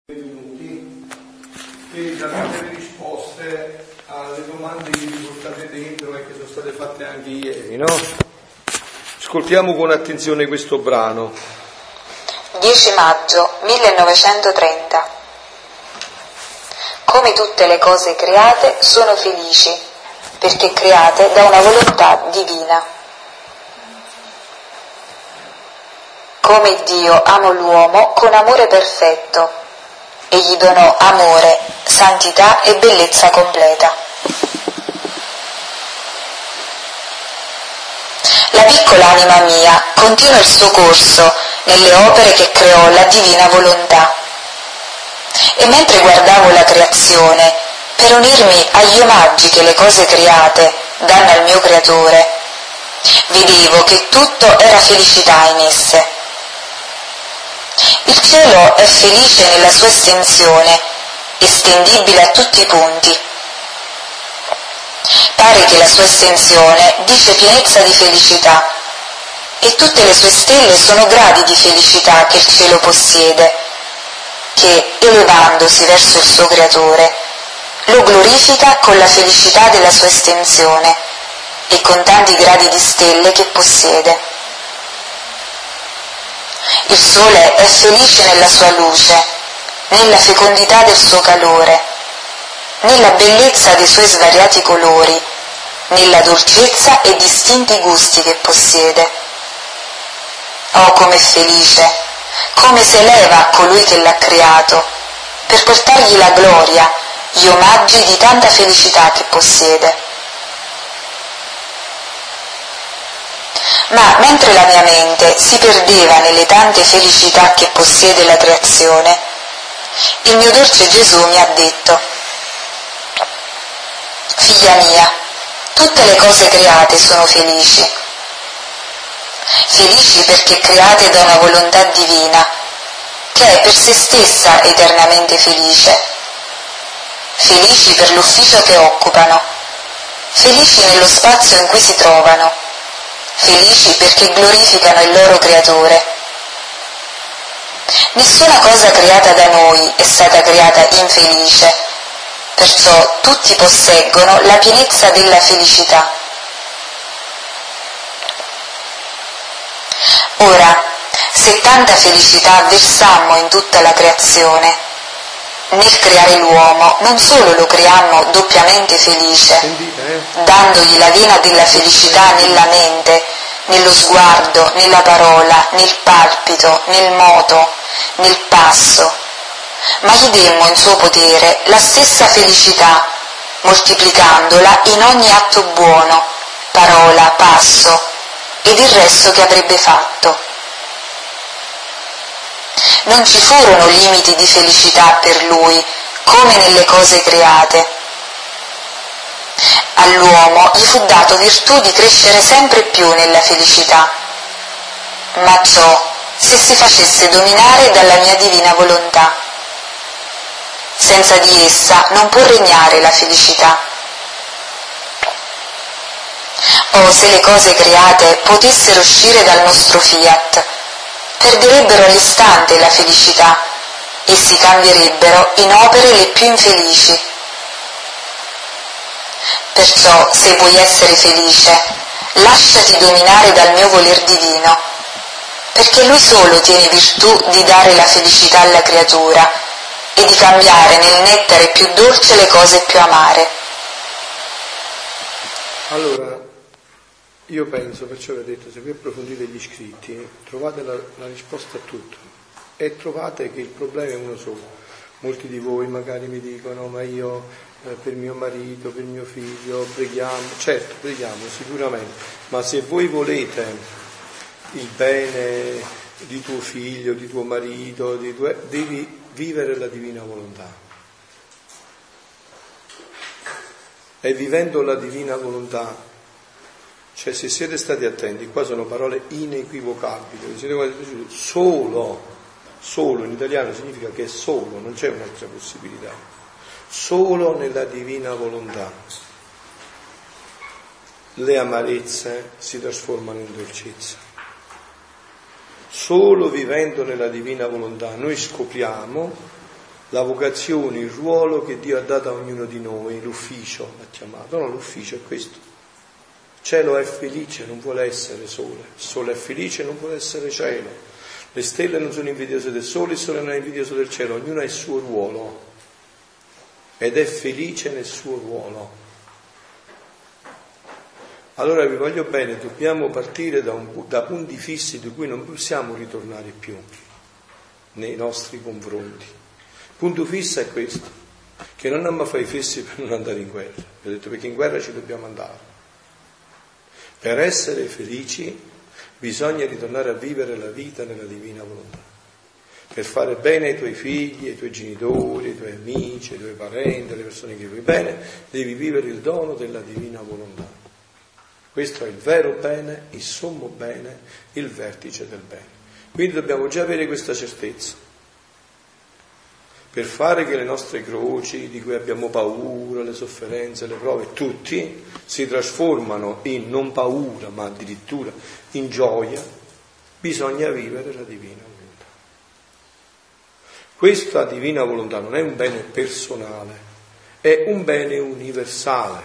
Minuti e darete le risposte alle domande che vi portate dentro e che sono state fatte anche ieri, no? Ascoltiamo con attenzione questo brano. 10 maggio 1930. Come tutte le cose create sono felici, perché create da una volontà divina. Come Dio amò l'uomo con amore perfetto, e gli donò amore, santità e bellezza completa. La piccola anima mia continua il suo corso nelle opere che creò la divina volontà. E mentre guardavo la creazione, per unirmi agli omaggi che le cose create danno al mio creatore, vedevo che tutto era felicità in esse. Il cielo è felice nella sua estensione, estendibile a tutti i punti. Pare che la sua estensione dice pienezza di felicità, e tutte le sue stelle sono gradi di felicità che il cielo possiede, che, elevandosi verso il suo creatore, lo glorifica con la felicità della sua estensione e con tanti gradi di stelle che possiede. Il sole è felice nella sua luce, nella fecondità del suo calore, nella bellezza dei suoi svariati colori, nella dolcezza e distinti gusti che possiede. Oh, com'è felice, come si eleva a colui che l'ha creato, per portargli la gloria, gli omaggi di tanta felicità che possiede. Ma mentre la mia mente si perdeva nelle tante felicità che possiede la creazione, il mio dolce Gesù mi ha detto: figlia mia, tutte le cose create sono felici. Felici perché create da una volontà divina, che è per se stessa eternamente felice. Felici per l'ufficio che occupano, felici nello spazio in cui si trovano, felici perché glorificano il loro creatore. Nessuna cosa creata da noi è stata creata infelice, perciò tutti posseggono la pienezza della felicità. Ora, se tanta felicità versammo in tutta la creazione, nel creare l'uomo non solo lo creammo doppiamente felice, dandogli la vena della felicità nella mente, nello sguardo, nella parola, nel palpito, nel moto, nel passo, ma gli demmo in suo potere la stessa felicità, moltiplicandola in ogni atto buono, parola, passo, ed il resto che avrebbe fatto. Non ci furono limiti di felicità per lui, come nelle cose create. All'uomo gli fu dato virtù di crescere sempre più nella felicità, ma ciò se si facesse dominare dalla mia divina volontà. Senza di essa non può regnare la felicità. Oh, se le cose create potessero uscire dal nostro fiat, perderebbero all'istante la felicità e si cambierebbero in opere le più infelici. Perciò, se vuoi essere felice, lasciati dominare dal mio voler divino, perché lui solo tiene virtù di dare la felicità alla creatura e di cambiare nel nettare più dolce le cose più amare. Allora, io penso, perciò vi ho detto, se voi approfondite gli scritti, trovate la risposta a tutto e trovate che il problema è uno solo. Molti di voi magari mi dicono: ma io per mio marito, per mio figlio preghiamo. Certo, preghiamo sicuramente, ma se voi volete il bene di tuo figlio, di tuo marito, devi vivere la divina volontà. E vivendo la divina volontà, cioè, se siete stati attenti, qua sono parole inequivocabili, solo in italiano significa che è solo, non c'è un'altra possibilità, solo nella divina volontà le amarezze si trasformano in dolcezza. Solo vivendo nella divina volontà noi scopriamo la vocazione, il ruolo che Dio ha dato a ognuno di noi, l'ufficio l'ha chiamato, no, l'ufficio è questo. Il cielo è felice, non vuole essere sole, il sole è felice, non vuole essere cielo, le stelle non sono invidiose del sole, il sole non è invidioso del cielo, ognuno ha il suo ruolo ed è felice nel suo ruolo. Allora vi voglio bene, dobbiamo partire da punti fissi di cui non possiamo ritornare più nei nostri confronti. Il punto fisso è questo, che non andiamo a fare i fessi per non andare in guerra. Vi ho detto, perché in guerra ci dobbiamo andare. Per essere felici bisogna ritornare a vivere la vita nella divina volontà. Per fare bene ai tuoi figli, ai tuoi genitori, ai tuoi amici, ai tuoi parenti, alle persone che vuoi bene, devi vivere il dono della divina volontà. Questo è il vero bene, il sommo bene, il vertice del bene. Quindi dobbiamo già avere questa certezza. Per fare che le nostre croci, di cui abbiamo paura, le sofferenze, le prove, tutti si trasformano in non paura, ma addirittura in gioia, bisogna vivere la divina volontà. Questa divina volontà non è un bene personale, è un bene universale.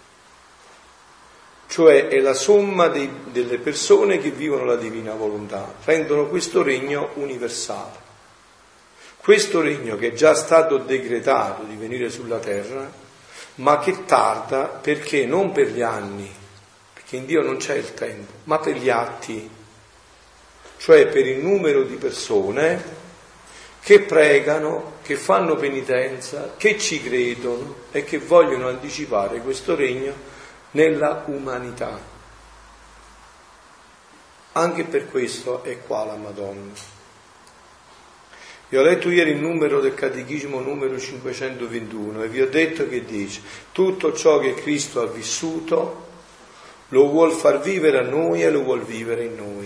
Cioè è la somma delle persone che vivono la divina volontà, rendono questo regno universale. Questo regno che è già stato decretato di venire sulla terra, ma che tarda perché non per gli anni, perché in Dio non c'è il tempo, ma per gli atti, cioè per il numero di persone che pregano, che fanno penitenza, che ci credono e che vogliono anticipare questo regno nella umanità. Anche per questo è qua la Madonna. Vi ho letto ieri il numero del Catechismo numero 521 e vi ho detto che dice: tutto ciò che Cristo ha vissuto lo vuol far vivere a noi e lo vuol vivere in noi.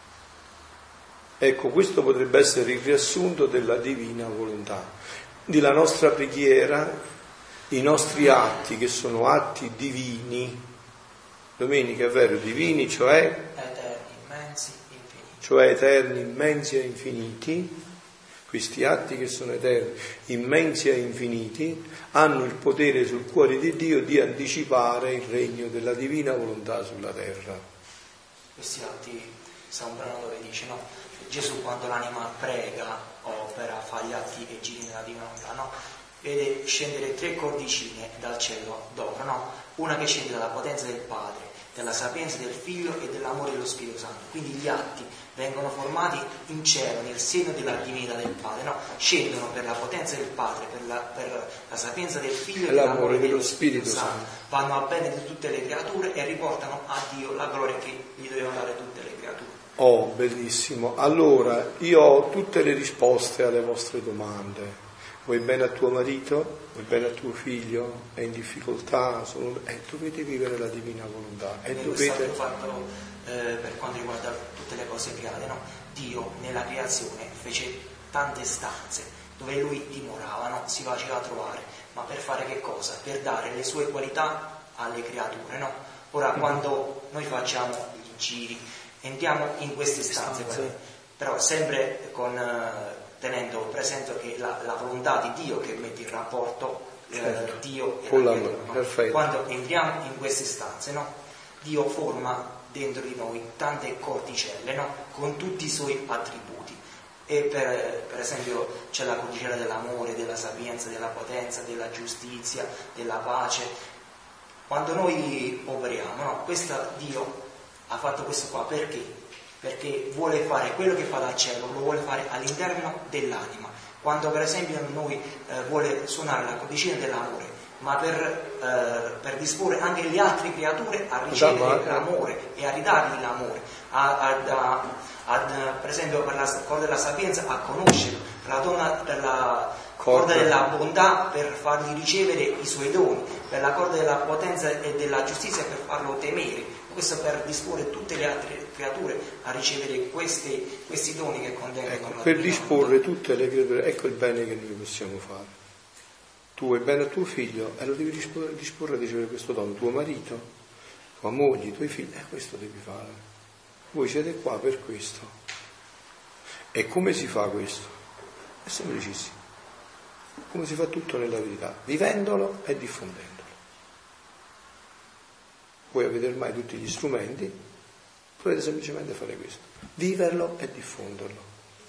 Ecco, questo potrebbe essere il riassunto della divina volontà, della nostra preghiera, i nostri atti che sono atti divini. Domenica è vero, divini, cioè eterni, immensi e infiniti. Questi atti che sono eterni, immensi e infiniti, hanno il potere sul cuore di Dio di anticipare il regno della divina volontà sulla terra. Questi atti, San Brano dove dice, no? Gesù quando l'anima prega, opera, fa gli atti e giri nella divina volontà, no? Vede scendere 3 cordicine dal cielo d'oro, no? Una che scende dalla potenza del Padre, della sapienza del Figlio e dell'amore dello Spirito Santo. Quindi gli atti vengono formati in cielo, nel seno della divinità del Padre, no? Scendono per la potenza del Padre, per la sapienza del Figlio e l'amore dello Spirito Santo. Vanno a bene di tutte le creature e riportano a Dio la gloria che gli dovevano dare tutte le creature. Oh, bellissimo. Allora, io ho tutte le risposte alle vostre domande. Vuoi bene a tuo marito? Vuoi bene a tuo figlio? È in difficoltà? Dovete vivere la divina volontà. Dovete... È stato fatto per quanto riguarda tutte le cose create, no? Dio nella creazione fece tante stanze dove lui dimorava, no? Si faceva trovare, ma per fare che cosa? Per dare le sue qualità alle creature, no? Ora quando noi facciamo gli giri, entriamo in queste stanze. Però sempre tenendo presente che la volontà di Dio che mette in rapporto Dio e la creatura, no? Quando entriamo in queste stanze, no? Dio forma dentro di noi tante cordicelle, no? Con tutti i suoi attributi. E per esempio c'è la cordicella dell'amore, della sapienza, della potenza, della giustizia, della pace. Quando noi operiamo, no? Dio ha fatto questo qua perché? Perché vuole fare quello che fa dal cielo, lo vuole fare all'interno dell'anima. Quando per esempio noi vuole suonare la cordicina dell'amore, ma per disporre anche le altre creature a ricevere l'amore e a ridargli l'amore, per esempio per la corda della sapienza a conoscerlo, per la corda della bontà per fargli ricevere i suoi doni, per la corda della potenza e della giustizia per farlo temere. Questo per disporre tutte le altre creature a ricevere questi doni che contengono. Per disporre tutte le creature, ecco il bene che noi possiamo fare. Tu vuoi bene a tuo figlio e lo devi disporre a ricevere questo dono. Tuo marito, tua moglie, i tuoi figli, questo devi fare. Voi siete qua per questo. E come si fa questo? È semplicissimo. come si fa tutto nella vita, vivendolo e diffondendolo. Voi avete ormai tutti gli strumenti, dovete semplicemente fare questo, viverlo e diffonderlo.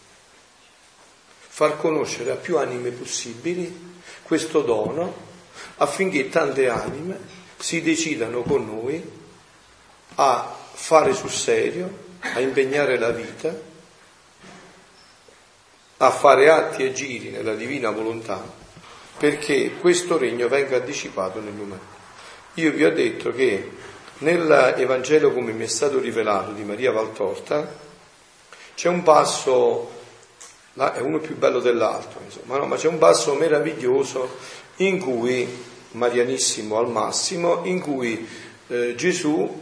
Far conoscere a più anime possibili questo dono affinché tante anime si decidano con noi a fare sul serio, a impegnare la vita, a fare atti e giri nella divina volontà, perché questo regno venga dissipato nell'umanità. Io vi ho detto che nell'Evangelo, come mi è stato rivelato, di Maria Valtorta, c'è un passo, è uno più bello dell'altro, insomma, no? Ma c'è un passo meraviglioso in cui, marianissimo al massimo, in cui Gesù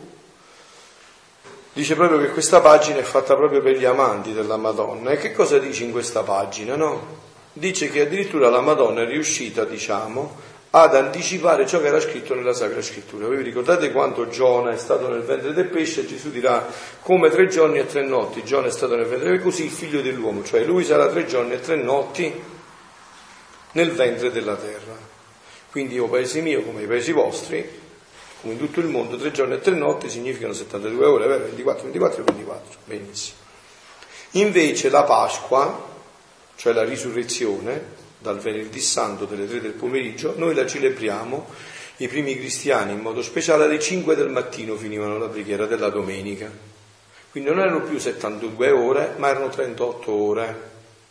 dice proprio che questa pagina è fatta proprio per gli amanti della Madonna. E che cosa dice in questa pagina, no? Dice che addirittura la Madonna è riuscita, diciamo, ad anticipare ciò che era scritto nella Sacra Scrittura. Voi vi ricordate quando Giona è stato nel ventre del pesce? Gesù dirà: come 3 giorni e 3 notti Giona è stato nel ventre del pesce, così il figlio dell'uomo, cioè lui sarà 3 giorni e 3 notti nel ventre della terra. Quindi, o paese mio come i paesi vostri, come in tutto il mondo, 3 giorni e 3 notti significano 72 ore, vero? 24 e 24, benissimo. Invece la Pasqua, cioè la risurrezione, dal venerdì santo delle 3 del pomeriggio, noi la celebriamo, i primi cristiani in modo speciale, alle 5 del mattino finivano la preghiera della domenica. Quindi non erano più 72 ore, ma erano 38 ore.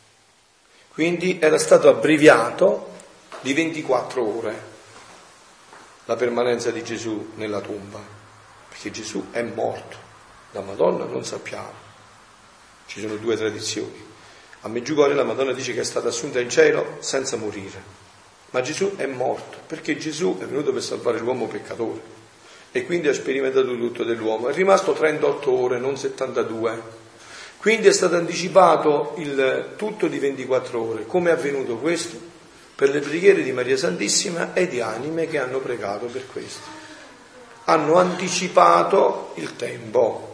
Quindi era stato abbreviato di 24 ore la permanenza di Gesù nella tomba, perché Gesù è morto, la Madonna non sappiamo, ci sono 2 tradizioni. A Medjugorje la Madonna dice che è stata assunta in cielo senza morire, ma Gesù è morto, perché Gesù è venuto per salvare l'uomo peccatore e quindi ha sperimentato tutto dell'uomo, è rimasto 38 ore, non 72, quindi è stato anticipato il tutto di 24 ore. Come è avvenuto questo? Per le preghiere di Maria Santissima e di anime che hanno pregato per questo. Hanno anticipato il tempo.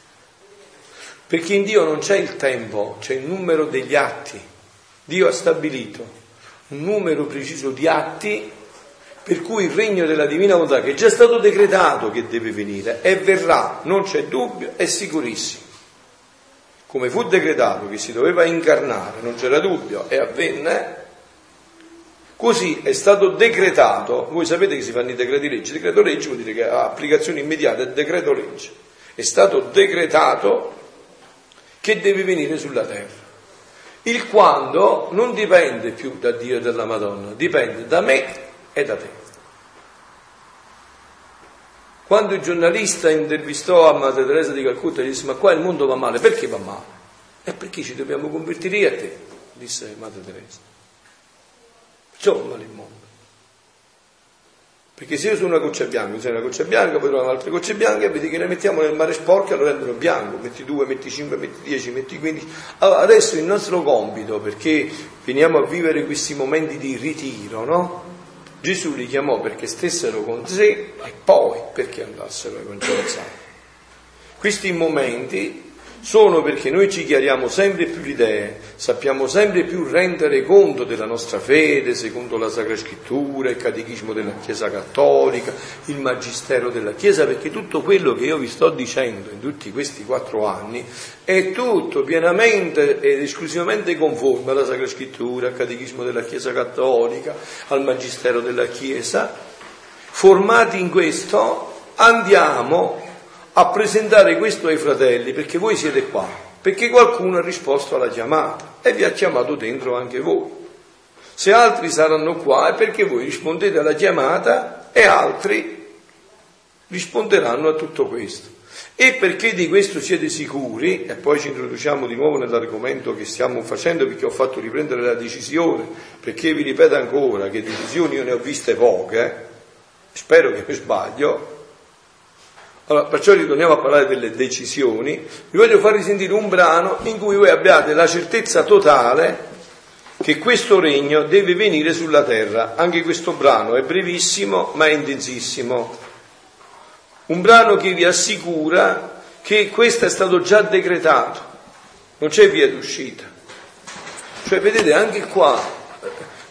Perché in Dio non c'è il tempo, c'è il numero degli atti. Dio ha stabilito un numero preciso di atti per cui il regno della divina volontà, che è già stato decretato che deve venire e verrà, non c'è dubbio, è sicurissimo. Come fu decretato che si doveva incarnare, non c'era dubbio, e avvenne. Così è stato decretato. Voi sapete che si fanno i decreti legge. Decreto legge vuol dire che ha applicazione immediata, è decreto legge. È stato decretato che deve venire sulla terra. Il quando non dipende più da Dio e dalla Madonna, dipende da me e da te. Quando il giornalista intervistò a Madre Teresa di Calcutta, gli disse: ma qua il mondo va male, perché va male? È perché ci dobbiamo convertire io a te, disse Madre Teresa. Perciò va male il mondo. Perché se io sono una goccia bianca, tu sei una goccia bianca, poi trovano altre gocce bianche e vedi che le mettiamo nel mare sporco e lo rendono bianco, metti 2, metti 5, metti 10, metti 15. Allora adesso il nostro compito, perché veniamo a vivere questi momenti di ritiro, no? Gesù li chiamò perché stessero con sé e poi perché andassero evangelizzare. Questi momenti sono perché noi ci chiariamo sempre più le idee, sappiamo sempre più rendere conto della nostra fede secondo la Sacra Scrittura, il catechismo della Chiesa Cattolica, il magistero della Chiesa, perché tutto quello che io vi sto dicendo in tutti questi 4 anni è tutto pienamente ed esclusivamente conforme alla Sacra Scrittura, al catechismo della Chiesa Cattolica, al magistero della Chiesa. Formati in questo andiamo a presentare questo ai fratelli, perché voi siete qua, perché qualcuno ha risposto alla chiamata e vi ha chiamato dentro anche voi. Se altri saranno qua è perché voi rispondete alla chiamata e altri risponderanno a tutto questo. E perché di questo siete sicuri, e poi ci introduciamo di nuovo nell'argomento che stiamo facendo, perché ho fatto riprendere la decisione, perché vi ripeto ancora che decisioni io ne ho viste poche, spero che mi sbaglio. Allora, perciò ritorniamo a parlare delle decisioni. Vi voglio far risentire un brano in cui voi abbiate la certezza totale che questo regno deve venire sulla terra. Anche questo brano è brevissimo ma è intensissimo. Un brano che vi assicura che questo è stato già decretato, non c'è via d'uscita. Cioè, vedete, anche qua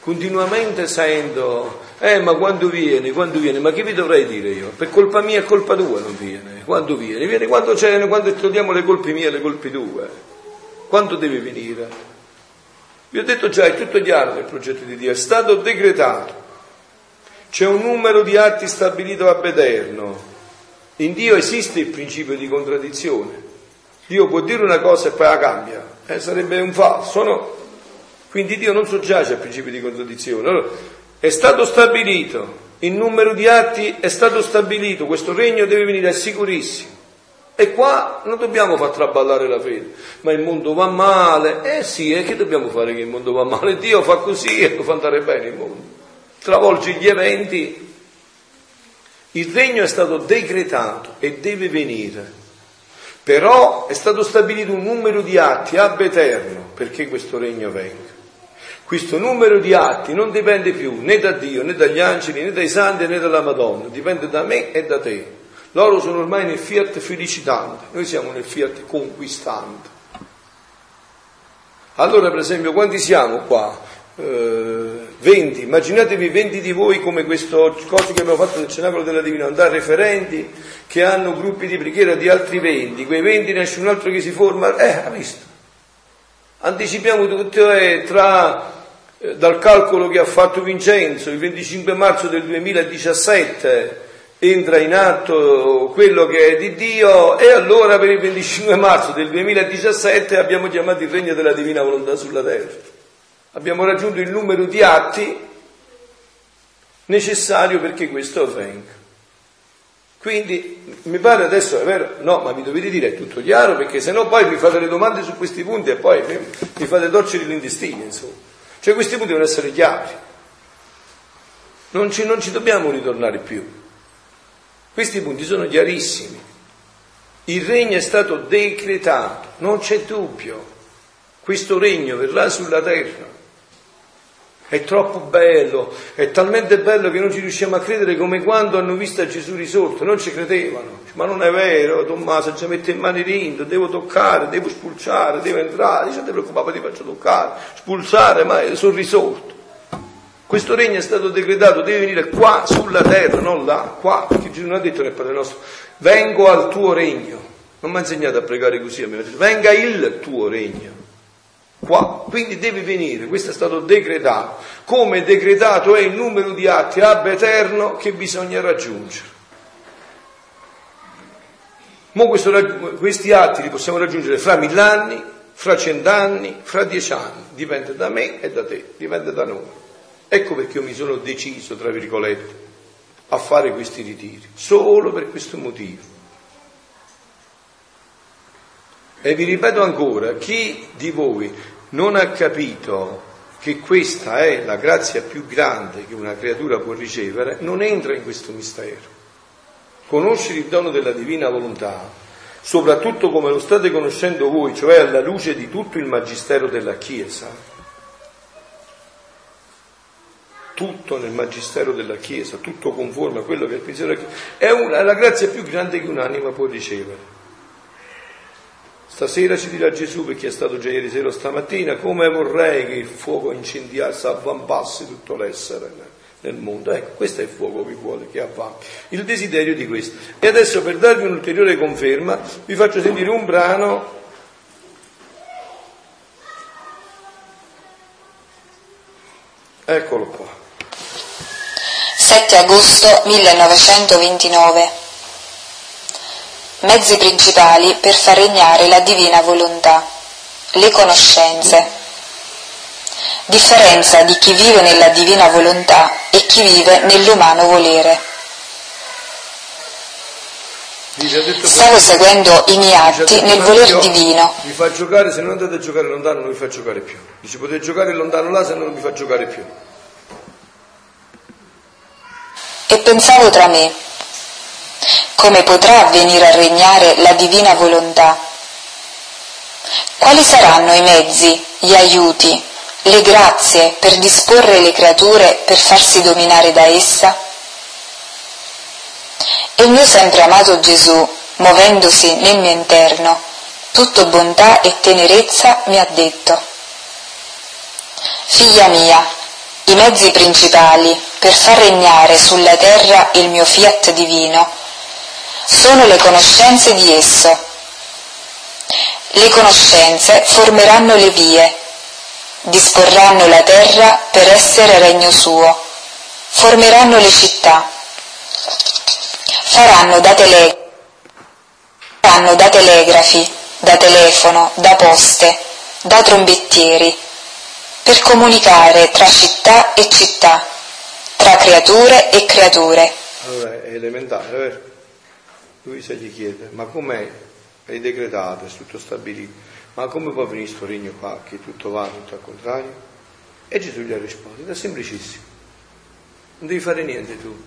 continuamente sento, ma quando viene, ma che vi dovrei dire io? Per colpa mia e colpa tua non viene. Quando viene? Viene quando troviamo le colpe mie e le colpe tue. Quando deve venire? Vi ho detto già, è tutto chiaro nel progetto di Dio, è stato decretato. C'è un numero di atti stabilito ab eterno. In Dio esiste il principio di contraddizione. Dio può dire una cosa e poi la cambia. Sarebbe un falso, no? Quindi Dio non soggiace al principio di contraddizione. Allora, è stato stabilito, il numero di atti è stato stabilito, questo regno deve venire, è sicurissimo. E qua non dobbiamo far traballare la fede. Ma il mondo va male. Sì, e che dobbiamo fare che il mondo va male? Dio fa così e lo fa andare bene il mondo. Travolge gli eventi. Il regno è stato decretato e deve venire. Però è stato stabilito un numero di atti ab eterno perché questo regno venga. Questo numero di atti non dipende più né da Dio, né dagli angeli, né dai santi, né dalla Madonna, dipende da me e da te. Loro sono ormai nel fiat felicitante, noi siamo nel fiat conquistante. Allora, per esempio, quanti siamo qua? 20, immaginatevi 20 di voi come questo coso che abbiamo fatto nel Cenacolo della Divina Volontà, referenti che hanno gruppi di preghiera di altri 20, quei 20 ne esce un altro che si forma, ha visto? Anticipiamo tutto dal calcolo che ha fatto Vincenzo, il 25 marzo del 2017 entra in atto quello che è di Dio e allora per il 25 marzo del 2017 abbiamo chiamato il regno della Divina Volontà sulla terra. Abbiamo raggiunto il numero di atti necessario perché questo avvenga. Quindi mi pare adesso, è vero? No, ma mi dovete dire, è tutto chiaro, perché sennò poi mi fate le domande su questi punti e poi mi fate torcere l'intestino, insomma. Cioè questi punti devono essere chiari. Non ci dobbiamo ritornare più. Questi punti sono chiarissimi. Il regno è stato decretato, non c'è dubbio. Questo regno verrà sulla terra. È troppo bello, è talmente bello che non ci riusciamo a credere, come quando hanno visto Gesù risorto, non ci credevano. Ma non è vero, Tommaso, ci mette in mano rindo, devo toccare, devo spulciare, devo entrare, non ti preoccupare, ti faccio toccare, spulciare, ma sono risorto. Questo regno è stato decretato, deve venire qua sulla terra, non là, qua, perché Gesù non ha detto nel Padre nostro, vengo al tuo regno. Non mi ha insegnato a pregare così, mi ha detto, venga il tuo regno. Qua, quindi deve venire, questo è stato decretato, come decretato è il numero di atti ab eterno che bisogna raggiungere. Questi atti li possiamo raggiungere fra 1000 anni, fra 100 anni, fra 10 anni, dipende da me e da te, dipende da noi. Ecco perché io mi sono deciso, tra virgolette, a fare questi ritiri, solo per questo motivo. E vi ripeto ancora, chi di voi non ha capito che questa è la grazia più grande che una creatura può ricevere, non entra in questo mistero. Conoscere il dono della divina volontà, soprattutto come lo state conoscendo voi, cioè alla luce di tutto il magistero della Chiesa, tutto nel magistero della Chiesa, tutto conforme a quello che è il pensiero della Chiesa, è la grazia più grande che un'anima può ricevere. Stasera ci dirà Gesù, perché è stato già ieri sera o stamattina, come vorrei che il fuoco incendiasse, avvampasse tutto l'essere nel mondo. Ecco, questo è il fuoco che vuole, che avvampi. Il desiderio di questo. E adesso, per darvi un'ulteriore conferma, vi faccio sentire un brano. Eccolo qua. 7 agosto 1929. Mezzi principali per far regnare la divina volontà. Le conoscenze. Differenza di chi vive nella divina volontà e chi vive nell'umano volere. Stavo seguendo i miei atti nel voler divino. Vi fa giocare, se non andate a giocare lontano non vi fa giocare più. Dice, potete giocare lontano là, se no non vi fa giocare più. E pensavo tra me, come potrà venire a regnare la divina volontà? Quali saranno i mezzi, gli aiuti, le grazie per disporre le creature per farsi dominare da essa? E il mio sempre amato Gesù, muovendosi nel mio interno, tutto bontà e tenerezza, mi ha detto: figlia mia, I mezzi principali per far regnare sulla terra il mio fiat divino sono le conoscenze di esso. Le conoscenze formeranno le vie, disporranno la terra per essere regno suo, formeranno le città, faranno da telegrafi, da telefono, da poste, da trombettieri, per comunicare tra città e città, tra creature e creature. Allora è elementare, vero? Lui se gli chiede, ma com'è? È decretato, è tutto stabilito, ma come può venire questo regno qua, che tutto va, tutto al contrario? E Gesù gli ha risposto, è semplicissimo, non devi fare niente tu,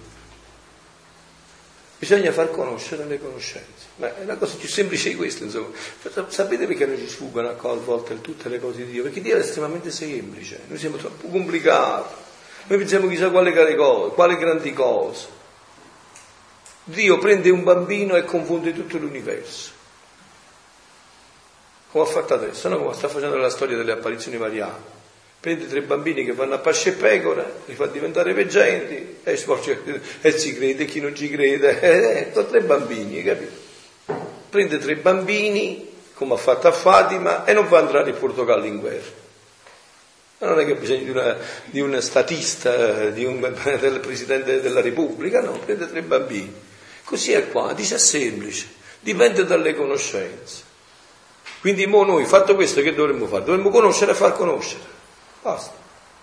bisogna far conoscere le conoscenze. Ma è una cosa più semplice di questo, insomma. Sapete perché noi ci sfuggono a volte tutte le cose di Dio? Perché Dio è estremamente semplice, noi siamo troppo complicati, noi pensiamo chissà quale grandi cose. Dio prende un bambino e confonde tutto l'universo, come ha fatto adesso, no? Come sta facendo la storia delle apparizioni mariane. Prende 3 bambini che vanno a pasce e pecore, li fa diventare veggenti e si crede, chi non ci crede, sono 3 bambini, capito? Prende 3 bambini, come ha fatto a Fatima, e non fa entrare il Portogallo in guerra. Ma non è che ha bisogno di un statista, del Presidente della Repubblica, no, prende 3 bambini. Così è qua, dice è semplice, dipende dalle conoscenze. Quindi noi, fatto questo, che dovremmo fare? Dovremmo conoscere e far conoscere. Basta.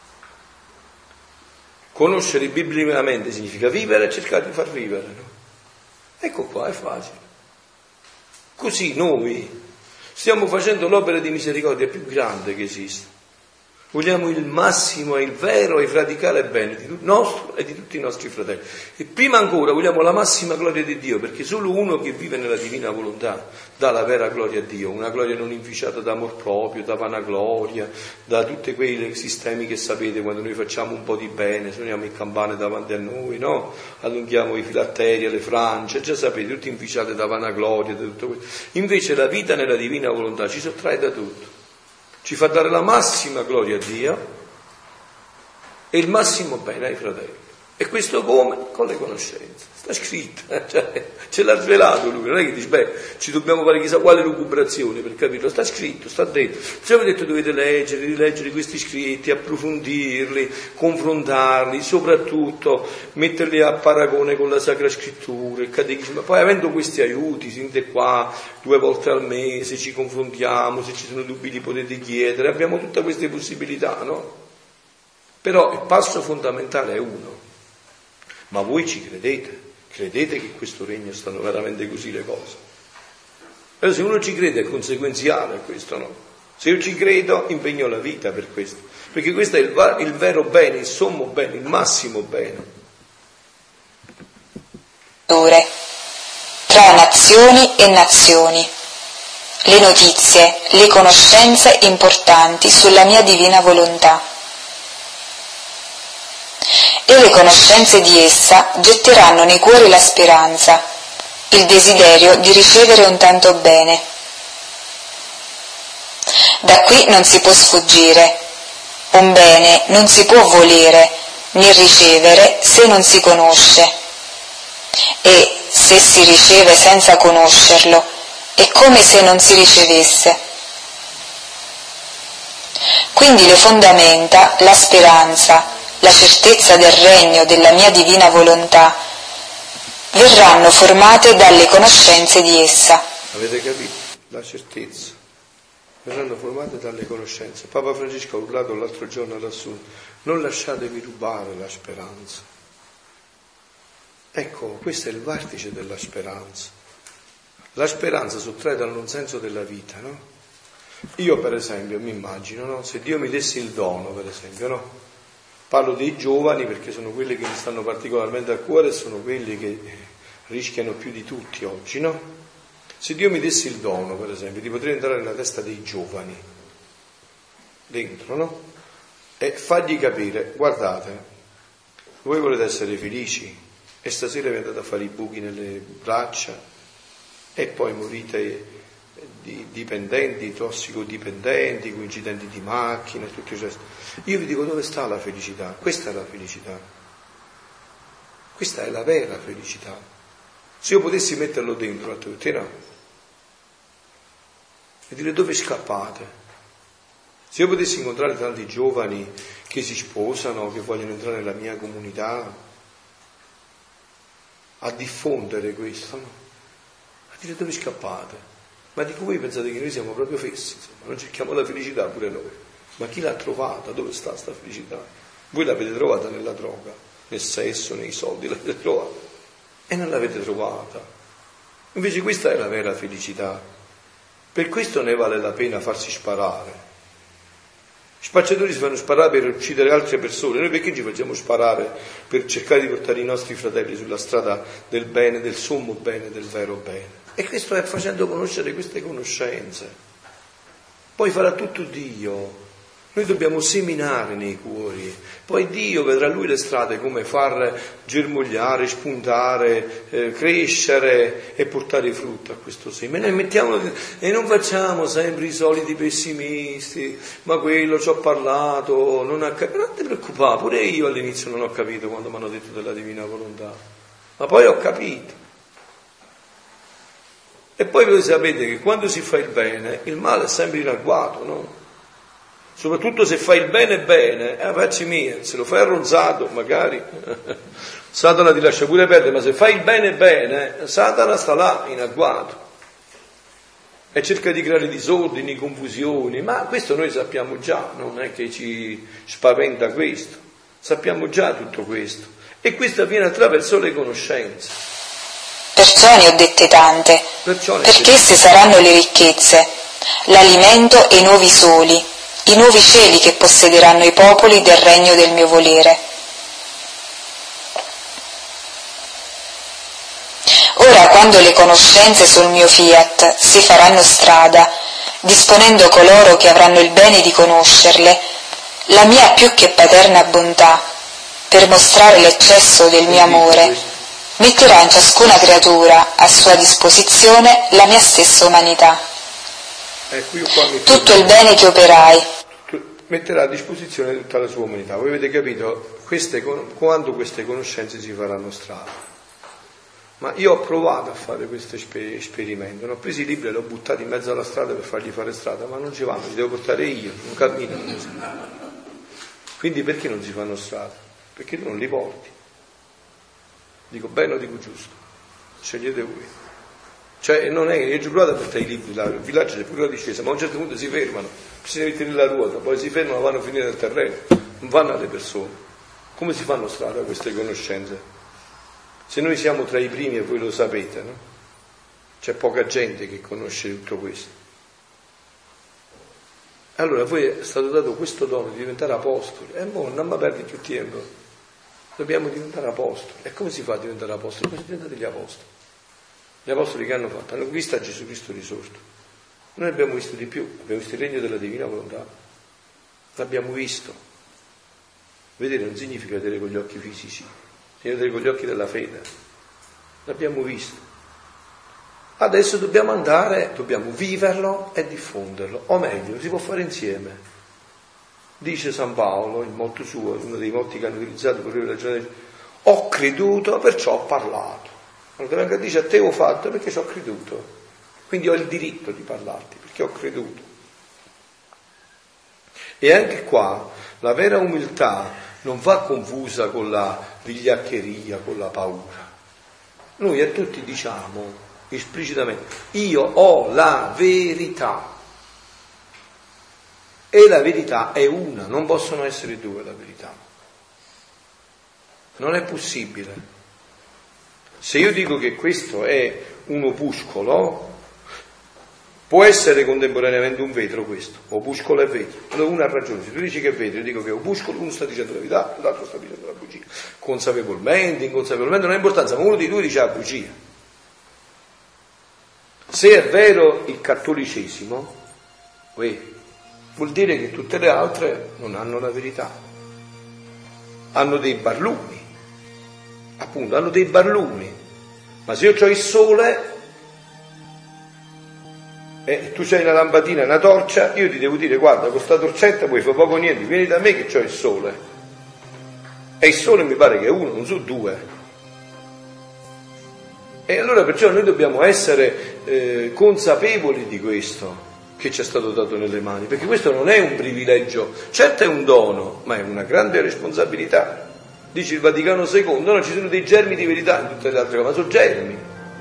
Conoscere biblicamente significa vivere e cercare di far vivere, no? Ecco qua, è facile. Così noi stiamo facendo l'opera di misericordia più grande che esiste. Vogliamo il massimo e il vero e radicale bene di nostro e di tutti i nostri fratelli. E prima ancora vogliamo la massima gloria di Dio, perché solo uno che vive nella divina volontà dà la vera gloria a Dio, una gloria non inficiata da amor proprio, da vanagloria, da tutti quei sistemi che sapete quando noi facciamo un po' di bene, suoniamo il campane davanti a noi, no? Allunghiamo i filatteri, le francie, già sapete, tutti inficiati da vanagloria, da tutto questo. Invece la vita nella divina volontà ci sottrae da tutto. Ci fa dare la massima gloria a Dio e il massimo bene ai fratelli. E questo come? Con le conoscenze. Sta scritto, ce l'ha svelato lui, non è che dice, ci dobbiamo fare chissà quale lucubrazione per capirlo, sta scritto, sta detto. Ci avete detto dovete leggere, rileggere questi scritti, approfondirli, confrontarli, soprattutto metterli a paragone con la Sacra Scrittura, il Catechismo. Poi avendo questi aiuti, sente qua 2 volte al mese, ci confrontiamo, se ci sono dubbi li potete chiedere, abbiamo tutte queste possibilità, no? Però il passo fondamentale è uno. Ma voi ci credete? Credete che questo regno stanno veramente così le cose? Allora, se uno ci crede è conseguenziale questo, no? Se io ci credo impegno la vita per questo, perché questo è il vero bene, il sommo bene, il massimo bene. Tra nazioni e nazioni, le notizie, le conoscenze importanti sulla mia divina volontà. E le conoscenze di essa getteranno nei cuori la speranza, il desiderio di ricevere un tanto bene. Da qui non si può sfuggire. Un bene non si può volere né ricevere se non si conosce. E se si riceve senza conoscerlo, è come se non si ricevesse. Quindi le fondamenta, la speranza, la certezza del regno della mia divina volontà verranno formate dalle conoscenze di essa. Avete capito? La certezza. Verranno formate dalle conoscenze. Papa Francesco ha urlato l'altro giorno lassù, non lasciatevi rubare la speranza. Ecco, questo è il vertice della speranza. La speranza sottrae dal non senso della vita, no? Io per esempio mi immagino, no? Se Dio mi desse il dono, per esempio, no? Parlo dei giovani perché sono quelli che mi stanno particolarmente a cuore e sono quelli che rischiano più di tutti oggi, no? Se Dio mi desse il dono, per esempio, di poter entrare nella testa dei giovani, dentro, no? E fargli capire, guardate, voi volete essere felici e stasera vi andate a fare i buchi nelle braccia e poi morite di dipendenti, tossicodipendenti, con incidenti di macchina e tutto il resto. Io vi dico dove sta la felicità. Questa è la felicità. Questa è la vera felicità. Se io potessi metterlo dentro a tutti, no? E dire dove scappate? Se io potessi incontrare tanti giovani che si sposano, che vogliono entrare nella mia comunità, a diffondere questo, no? A dire dove scappate? Ma dico, voi pensate che noi siamo proprio fessi, insomma, non cerchiamo la felicità pure noi. Ma chi l'ha trovata? Dove sta sta felicità? Voi l'avete trovata nella droga, nel sesso, nei soldi, l'avete trovata e non l'avete trovata. Invece questa è la vera felicità. Per questo ne vale la pena farsi sparare. Gli spacciatori si fanno sparare per uccidere altre persone, noi perché ci facciamo sparare per cercare di portare i nostri fratelli sulla strada del bene, del sommo bene, del vero bene? E questo è facendo conoscere queste conoscenze. Poi farà tutto Dio. Noi dobbiamo seminare nei cuori, poi Dio vedrà Lui le strade come far germogliare, spuntare, crescere e portare frutto a questo seme. Noi mettiamo e non facciamo sempre i soliti pessimisti, ma quello ci ho parlato, non ha capito. Non ti preoccupare, pure io all'inizio non ho capito quando mi hanno detto della divina volontà, ma poi ho capito. E poi voi sapete che quando si fa il bene, il male è sempre in agguato, no? Soprattutto se fai il bene bene, facci mia, se lo fai arronzato magari Satana ti lascia pure perdere, ma se fai il bene bene, Satana sta là in agguato e cerca di creare disordini, confusioni, ma questo noi sappiamo già, non è che ci spaventa questo, sappiamo già tutto questo e questo avviene attraverso le conoscenze. Perciò ne ho dette tante, perché esse saranno le ricchezze, l'alimento e i nuovi soli, i nuovi cieli che possederanno i popoli del regno del mio volere. Ora, quando le conoscenze sul mio fiat si faranno strada, disponendo coloro che avranno il bene di conoscerle, la mia più che paterna bontà, per mostrare l'eccesso del mio amore, metterà in ciascuna creatura a sua disposizione la mia stessa umanità. Tutto il bene che operai metterà a disposizione tutta la sua umanità. Voi avete capito quando queste conoscenze si faranno strada. Ma io ho provato a fare questo esperimento, ne ho presi i libri e li ho buttati in mezzo alla strada per fargli fare strada, ma non ci vanno, li devo portare io, non camminano così. Quindi perché non si fanno strada? Perché tu non li porti. Dico bene o dico giusto? Scegliete voi. Cioè non è che io ho provato a portare i libri là, il villaggio c'è pure la discesa, ma a un certo punto si fermano, bisogna mettere la ruota, poi si fermano, vanno a finire nel terreno, non vanno alle persone. Come si fanno strada queste conoscenze? Se noi siamo tra i primi e voi lo sapete, no? C'è poca gente che conosce tutto questo. Allora a voi è stato dato questo dono di diventare apostoli, e mo non mi perdi più tempo, dobbiamo diventare apostoli. E come si fa a diventare apostoli? Come si diventate gli apostoli? Gli apostoli che hanno fatto? Hanno visto a Gesù Cristo risorto. Noi abbiamo visto di più, abbiamo visto il regno della divina volontà. L'abbiamo visto. Vedere non significa vedere con gli occhi fisici, significa vedere con gli occhi della fede. L'abbiamo visto. Adesso dobbiamo andare, dobbiamo viverlo e diffonderlo. O meglio, si può fare insieme. Dice San Paolo, il motto suo, uno dei motti che hanno utilizzato per la ragione, ho creduto, perciò ho parlato. Allora venga dice a te ho fatto perché ci ho creduto, quindi ho il diritto di parlarti perché ho creduto. E anche qua la vera umiltà non va confusa con la vigliaccheria, con la paura. Noi a tutti diciamo esplicitamente io ho la verità e la verità è una, non possono essere due la verità, non è possibile. Se io dico che questo è un opuscolo, può essere contemporaneamente un vetro questo, opuscolo e vetro. Allora uno ha ragione, se tu dici che è vetro, io dico che è opuscolo, uno sta dicendo la verità, l'altro sta dicendo la bugia. Consapevolmente, inconsapevolmente, non ha importanza, ma uno di due dice la bugia. Se è vero il cattolicesimo, vuol dire che tutte le altre non hanno la verità, hanno dei barlumi. Appunto, hanno dei barlumi, ma se io ho il sole Tu c'hai una lampadina, una torcia, io ti devo dire guarda, con sta torcetta poi fa poco niente, vieni da me che c'ho il sole. E il sole mi pare che è uno, non sono due. E allora perciò noi dobbiamo essere consapevoli di questo che ci è stato dato nelle mani, perché questo non è un privilegio, certo è un dono, ma è una grande responsabilità. Dice il Vaticano II, no, ci sono dei germi di verità in tutte le altre cose, ma sono germi.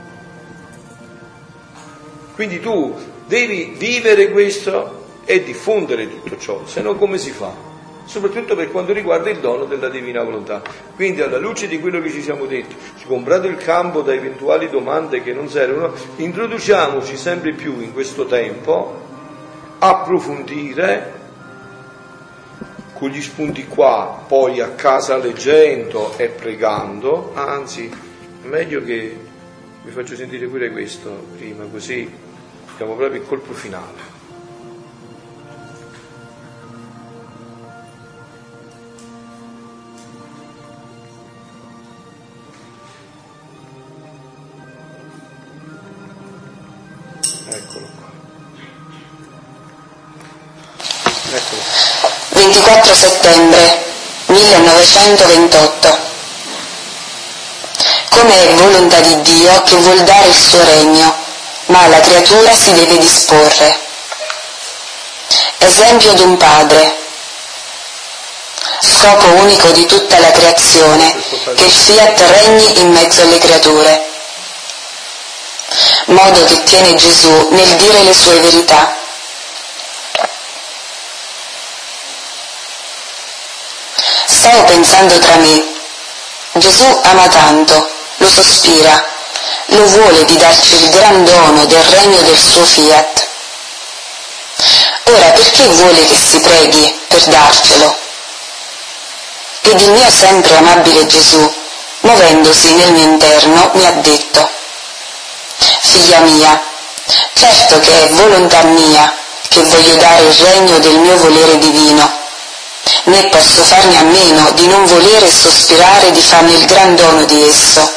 Quindi tu devi vivere questo e diffondere tutto ciò, se no come si fa? Soprattutto per quanto riguarda il dono della divina volontà. Quindi alla luce di quello che ci siamo detti, comprato il campo da eventuali domande che non servono, introduciamoci sempre più in questo tempo, approfondire con gli spunti qua, poi a casa leggendo e pregando, anzi è meglio che vi faccio sentire pure questo prima, così siamo proprio il colpo finale. Eccolo qua. Eccolo. 24 settembre 1928. Come è volontà di Dio che vuol dare il suo regno, ma la creatura si deve disporre. Esempio d'un padre. Scopo unico di tutta la creazione, che il fiat regni in mezzo alle creature. Modo che tiene Gesù nel dire le sue verità. Stavo pensando tra me, Gesù ama tanto, lo sospira, lo vuole di darci il gran dono del regno del suo fiat. Ora perché vuole che si preghi per darcelo? Ed il mio sempre amabile Gesù, muovendosi nel mio interno, mi ha detto: figlia mia, certo che è volontà mia che voglio dare il regno del mio volere divino, né posso farne a meno di non volere e sospirare di farne il gran dono di esso.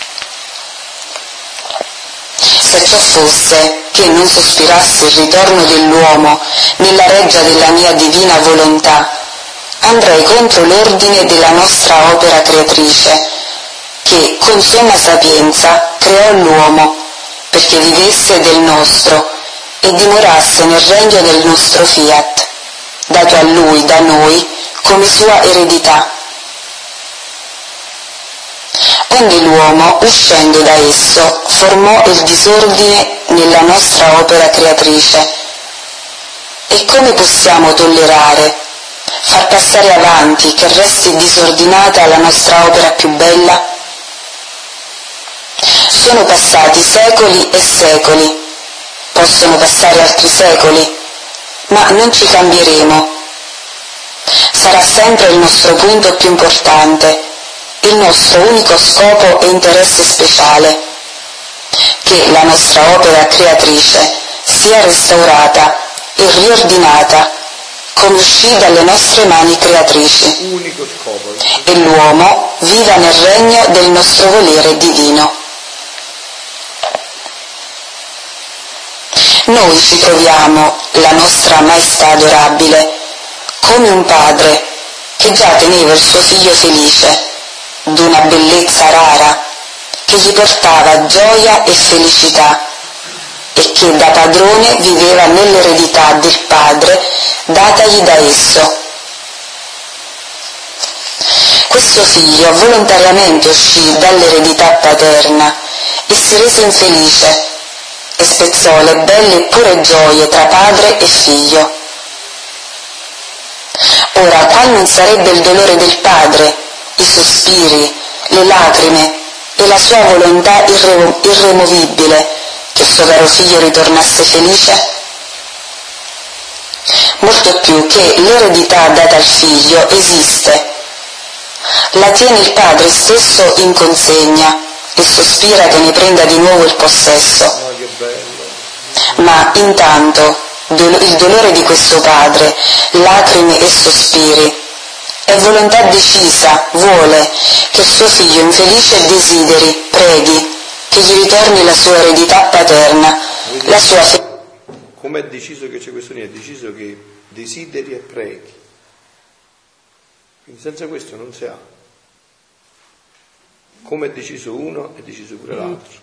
Se ciò fosse che non sospirassi il ritorno dell'uomo nella reggia della mia divina volontà, andrei contro l'ordine della nostra opera creatrice, che con somma sapienza creò l'uomo, perché vivesse del nostro e dimorasse nel regno del nostro fiat, dato a lui da noi come sua eredità. Onde l'uomo, uscendo da esso, formò il disordine nella nostra opera creatrice. E come possiamo tollerare, far passare avanti che resti disordinata la nostra opera più bella? Sono passati secoli e secoli, possono passare altri secoli, ma non ci cambieremo. Sarà sempre il nostro punto più importante, il nostro unico scopo e interesse speciale, che la nostra opera creatrice sia restaurata e riordinata come uscì dalle nostre mani creatrici, unico scopo, e l'uomo viva nel regno del nostro volere divino. Noi ci troviamo, la nostra maestà adorabile, come un padre che già teneva il suo figlio felice, d'una bellezza rara, che gli portava gioia e felicità, e che da padrone viveva nell'eredità del padre datagli da esso. Questo figlio volontariamente uscì dall'eredità paterna e si rese infelice e spezzò le belle e pure gioie tra padre e figlio. Ora, qual non sarebbe il dolore del padre, i sospiri, le lacrime e la sua volontà irremovibile che suo caro figlio ritornasse felice? Molto più che l'eredità data al figlio esiste. La tiene il padre stesso in consegna e sospira che ne prenda di nuovo il possesso. Ma intanto il dolore di questo padre, lacrime e sospiri, è volontà decisa, vuole che suo figlio infelice desideri, preghi, che gli ritorni la sua eredità paterna, la sua come è deciso che c'è questo niente, è deciso che desideri e preghi. Quindi senza questo non si ha. Come è deciso uno, è deciso pure l'altro.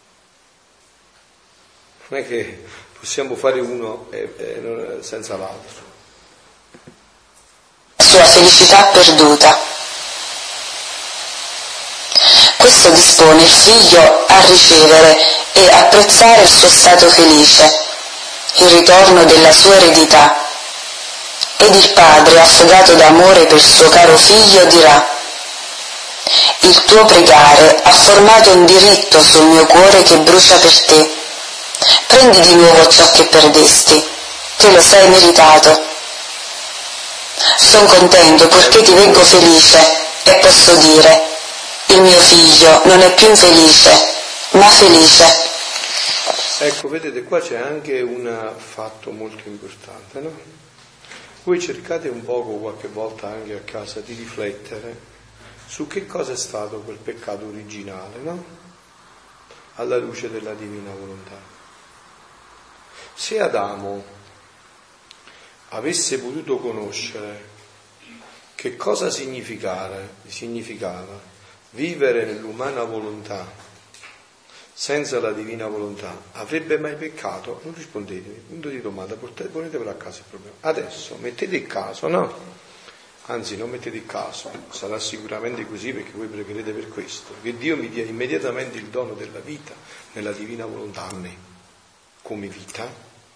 Non è che possiamo fare uno senza l'altro. Sua felicità perduta. Questo dispone il figlio a ricevere e apprezzare il suo stato felice, il ritorno della sua eredità. Ed il padre, affogato d'amore per il suo caro figlio, dirà: il tuo pregare ha formato un diritto sul mio cuore che brucia per te. Prendi di nuovo ciò che perdesti, te lo sei meritato. Son contento perché ti vengo felice e posso dire: il mio figlio non è più infelice, ma felice. Ecco, vedete, qua c'è anche un fatto molto importante, no? Voi cercate un poco qualche volta anche a casa di riflettere su che cosa è stato quel peccato originale, no? Alla luce della divina volontà. Se Adamo avesse potuto conoscere che cosa significava vivere nell'umana volontà senza la divina volontà, avrebbe mai peccato? Non rispondetemi, punto di domanda, ponetevelo a caso il problema. Adesso mettete il caso, no? Anzi, non mettete il caso, sarà sicuramente così perché voi pregherete per questo, che Dio mi dia immediatamente il dono della vita nella divina volontà a me, come vita,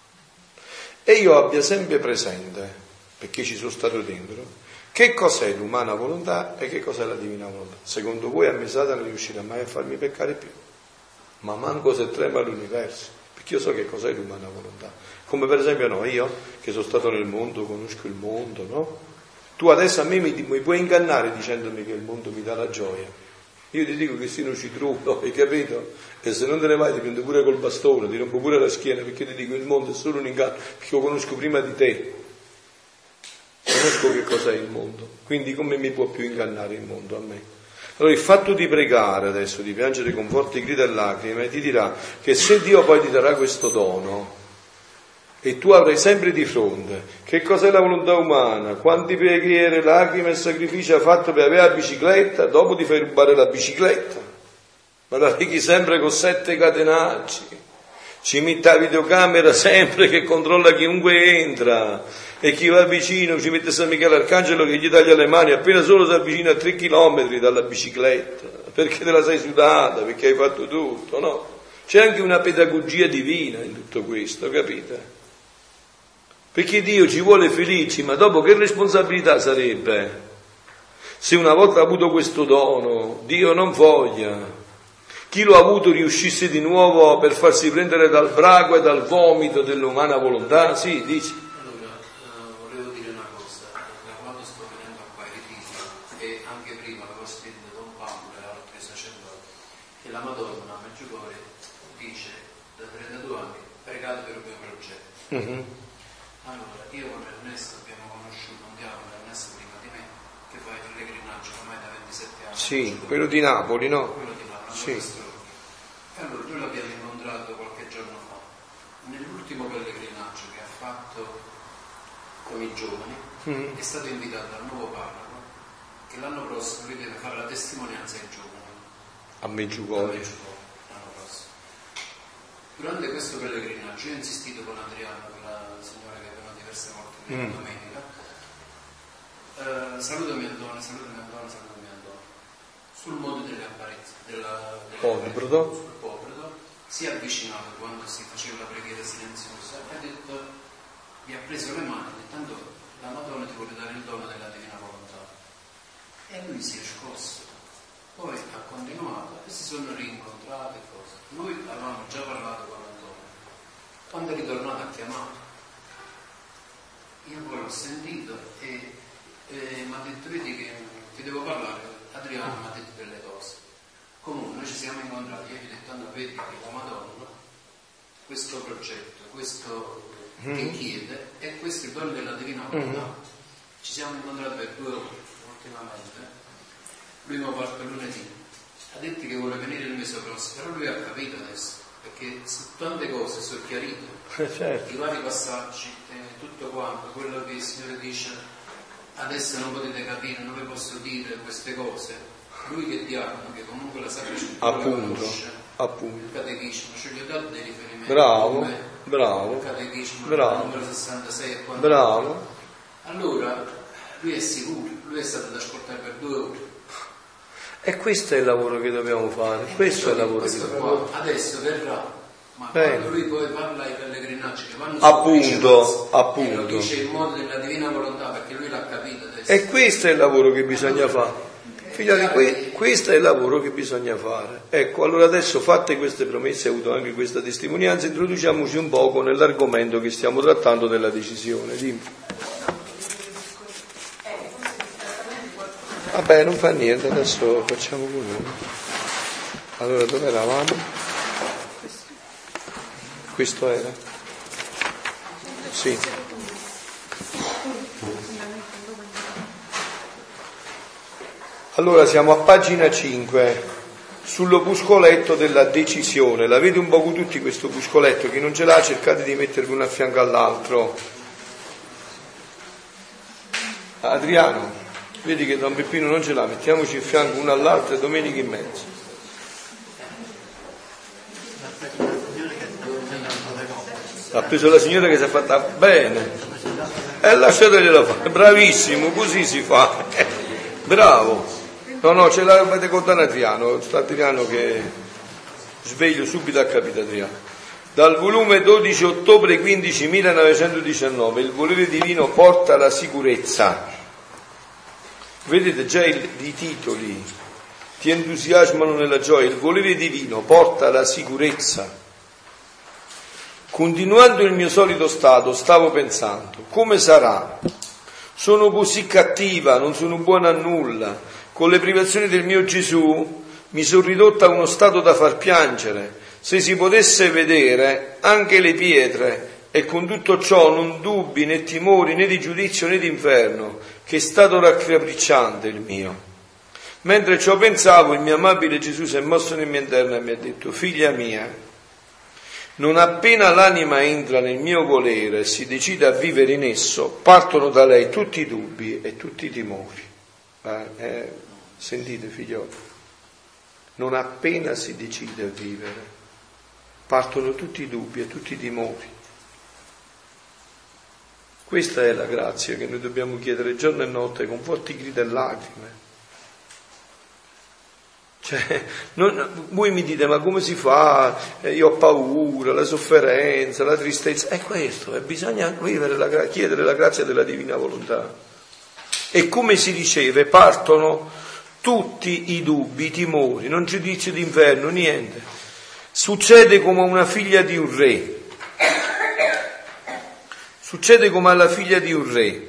e io abbia sempre presente, perché ci sono stato dentro, che cos'è l'umana volontà e che cos'è la divina volontà. Secondo voi a me Satana riuscirà mai a farmi peccare più? Ma manco se trema l'universo, perché io so che cos'è l'umana volontà. Come per esempio io, che sono stato nel mondo, conosco il mondo, no? Tu adesso a me mi puoi ingannare dicendomi che il mondo mi dà la gioia. Io ti dico che se non ci trovo, hai capito? E se non te ne vai ti prendo pure col bastone, ti rompo pure la schiena, perché ti dico il mondo è solo un inganno, perché lo conosco prima di te. Conosco che cos'è il mondo, quindi come mi può più ingannare il mondo a me? Allora il fatto di pregare adesso, di piangere con forti grida e lacrime, ti dirà che se Dio poi ti darà questo dono e tu avrai sempre di fronte che cos'è la volontà umana, quanti preghiere, lacrime e sacrifici hai fatto per avere la bicicletta, dopo ti fai rubare la bicicletta, ma la preghi sempre con 7 catenacci, ci metti la videocamera sempre che controlla chiunque entra, e chi va vicino ci mette San Michele Arcangelo che gli taglia le mani appena solo si avvicina a 3 chilometri dalla bicicletta, perché te la sei sudata, perché hai fatto tutto, no? C'è anche una pedagogia divina in tutto questo, capite? Perché Dio ci vuole felici, ma dopo che responsabilità sarebbe se una volta avuto questo dono Dio non voglia chi lo ha avuto riuscisse di nuovo per farsi prendere dal braco e dal vomito dell'umana volontà? Sì, dici. Volevo dire una cosa, da quando sto venendo a qua ai ritiri e anche prima avevo sentito Don Paolo e altri sacerdoti che la Madonna a Medjugorje dice da 32 anni pregate per il mio progetto. Allora io con Ernesto abbiamo conosciuto un diavolo, Ernesto prima di me, che fa il pellegrinaggio ormai da 27 anni. Sì, quello di Napoli, no? Quello di Napoli, sì. E allora noi l'abbiamo incontrato qualche giorno fa nell'ultimo pellegrinaggio che ha fatto con i giovani. È stato invitato al nuovo parroco che l'anno prossimo lui deve fare la testimonianza ai giovani a Medjugorje l'anno prossimo. Durante questo pellegrinaggio io ho insistito con Adriano, quella signora che è venuta diverse volte domenica, salutami Antonio, sul mondo delle apparenze sul Pobredo, si è avvicinato quando si faceva la preghiera silenziosa e ha detto, vi ha preso le mani, tanto la Madonna ti vuole dare il dono della divina volontà, e lui si è scosso, poi ha continuato e si sono rincontrati cose. Noi avevamo già parlato con Antonio, quando è ritornato ha chiamato, io poi l'ho sentito e mi ha detto, vedi che ti devo parlare, Adriano mi ha detto delle cose. Comunque noi ci siamo incontrati e io gli ho detto, tanto vedi che la Madonna questo progetto, questo che chiede, e questo è il dono della divina volontà. Ci siamo incontrati per 2 ore ultimamente, lui mi ha fatto lunedì, ha detto che vuole venire il mese prossimo, però lui ha capito adesso perché su tante cose sono chiarite, certo. i vari passaggi, tutto quanto, quello che il Signore dice, adesso non potete capire, non vi posso dire queste cose, lui che diavolo, che comunque la Sacra Scrittura la conosce, il catechismo, cioè gli ho dato dei riferimenti, bravo, il catechismo, bravo, il numero 66 e quanto. Bravo. Allora, lui è sicuro, lui è stato ad ascoltare per 2 ore. E questo è il lavoro che dobbiamo fare, questo è il lavoro che dobbiamo fare. Adesso verrà, ma bene. Quando lui poi parla ai pellegrinaggi che vanno appunto, lo dice in modo della divina volontà, perché lui l'ha capito adesso. E questo è il lavoro che bisogna fare. Figlioli, questo è il lavoro che bisogna fare. Ecco, allora adesso fatte queste promesse, ho avuto anche questa testimonianza, introduciamoci un poco nell'argomento che stiamo trattando della decisione. Dimmi. Vabbè, non fa niente, adesso facciamo così. Allora, dove eravamo? Questo era? Sì. Allora, siamo a pagina 5, sull'opuscoletto della decisione. L'avete un po' tutti questo opuscoletto? Chi non ce l'ha, cercate di mettervi uno a fianco all'altro. Adriano, vedi che Don Peppino non ce l'ha, mettiamoci in fianco uno all'altro e domenica in mezzo. Ha preso la signora che si è fatta bene e lasciategliela fare, bravissimo, così si fa. Bravo. No, ce l'avete con Adriano, sta Adriano che sveglio subito ha capito Adriano. Dal volume 12 ottobre 15 1919, il volere divino porta la sicurezza. Vedete già i titoli, ti entusiasmano nella gioia. Il volere divino porta la sicurezza. Continuando il mio solito stato, stavo pensando, come sarà? Sono così cattiva, non sono buona a nulla. Con le privazioni del mio Gesù mi sono ridotta a uno stato da far piangere. Se si potesse vedere anche le pietre, e con tutto ciò non dubbi né timori né di giudizio né di inferno, che stato raccapricciante il mio. Mentre ciò pensavo, il mio amabile Gesù si è mosso nel mio interno e mi ha detto: figlia mia, non appena l'anima entra nel mio volere e si decide a vivere in esso, partono da lei tutti i dubbi e tutti i timori. Sentite, figlioli, non appena si decide a vivere, partono tutti i dubbi e tutti i timori. Questa è la grazia che noi dobbiamo chiedere giorno e notte con forti grida e lacrime. Cioè, voi mi dite, ma come si fa? Io ho paura, la sofferenza, la tristezza. È questo, bisogna vivere chiedere la grazia della divina volontà. E come si riceve? Partono tutti i dubbi, i timori, non giudizio d'inferno, niente. Succede come una figlia di un re. Succede come alla figlia di un re,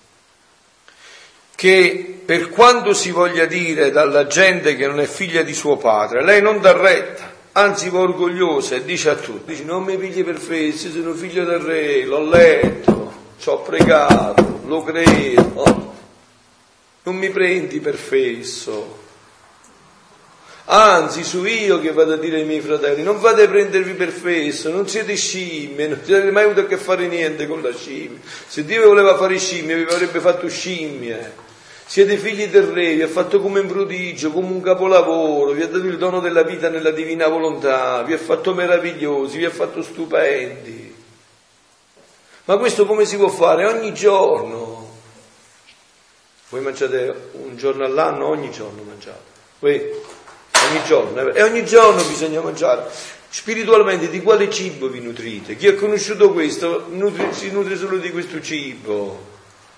che per quanto si voglia dire dalla gente che non è figlia di suo padre, lei non dà retta, anzi va orgogliosa e dice a tutti, dice: non mi pigli per fesso, sono figlio del re, l'ho letto, ci ho pregato, lo credo, non mi prendi per fesso. Anzi, su io che vado a dire ai miei fratelli: non fate a prendervi per fesso, non siete scimmie, non siete mai avuto a che fare niente con la scimmia. Se Dio voleva fare scimmie, vi avrebbe fatto scimmie. Siete figli del re, vi ha fatto come un prodigio, come un capolavoro, vi ha dato il dono della vita nella divina volontà, vi ha fatto meravigliosi, vi ha fatto stupendi. Ma questo come si può fare? Ogni giorno. Voi mangiate un giorno all'anno, ogni giorno mangiate. Ogni giorno, e ogni giorno bisogna mangiare. Spiritualmente di quale cibo vi nutrite? Chi ha conosciuto questo si nutre solo di questo cibo.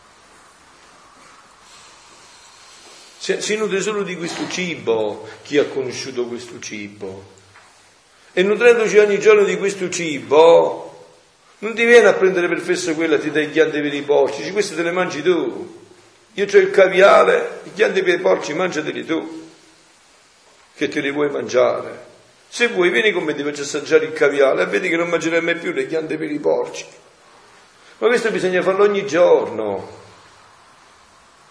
Si nutre solo di questo cibo chi ha conosciuto questo cibo. E nutrendoci ogni giorno di questo cibo, non ti viene a prendere per fesso quella, ti dai i ghiandi per i porci, queste te le mangi tu. Io c'ho il caviale, i ghiandi per i porci mangiateli tu, che te li vuoi mangiare. Se vuoi vieni con me, ti faccio assaggiare il caviale e vedi che non mangerai mai più le ghiande per i porci. Ma questo bisogna farlo ogni giorno.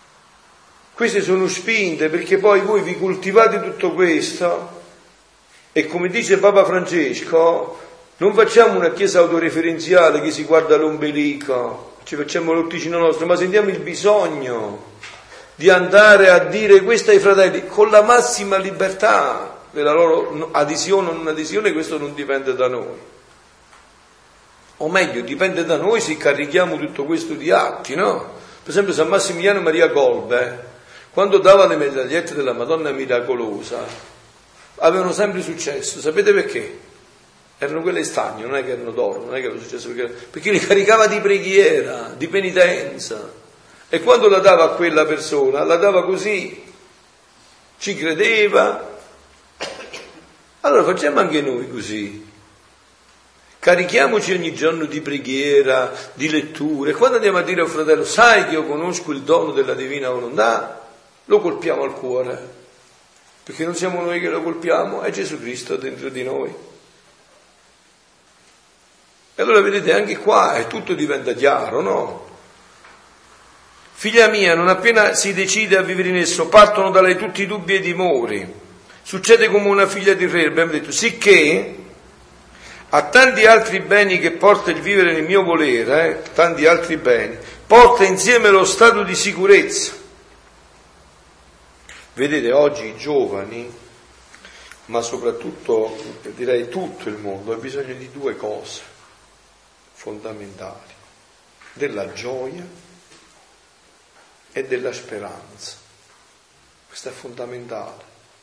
Queste sono spinte perché poi voi vi coltivate tutto questo E come dice Papa Francesco, non facciamo una chiesa autoreferenziale che si guarda all'ombelico, ci facciamo l'orticino nostro, ma sentiamo il bisogno di andare a dire questo ai fratelli con la massima libertà della loro adesione o non adesione. Questo non dipende da noi, o meglio dipende da noi se carichiamo tutto questo di atti, no? Per esempio San Massimiliano Maria Kolbe, quando dava le medagliette della Madonna Miracolosa, avevano sempre successo. Sapete perché? Erano quelle stagno, non è che erano d'oro, non è che aveva successo perché li caricava di preghiera, di penitenza, e quando la dava a quella persona la dava così, ci credeva. Allora facciamo anche noi così, carichiamoci ogni giorno di preghiera, di letture. Quando andiamo a dire al fratello sai che io conosco il dono della divina volontà, lo colpiamo al cuore, perché non siamo noi che lo colpiamo, è Gesù Cristo dentro di noi. E allora vedete, anche qua tutto diventa chiaro, no? Figlia mia, non appena si decide a vivere in esso, partono da lei tutti i dubbi e i timori. Succede come una figlia di re, abbiamo detto, sicché a tanti altri beni che porta il vivere nel mio volere, tanti altri beni, porta insieme lo stato di sicurezza. Vedete, oggi i giovani, ma soprattutto direi tutto il mondo, ha bisogno di due cose fondamentali: della gioia e della speranza. Questo è fondamentale.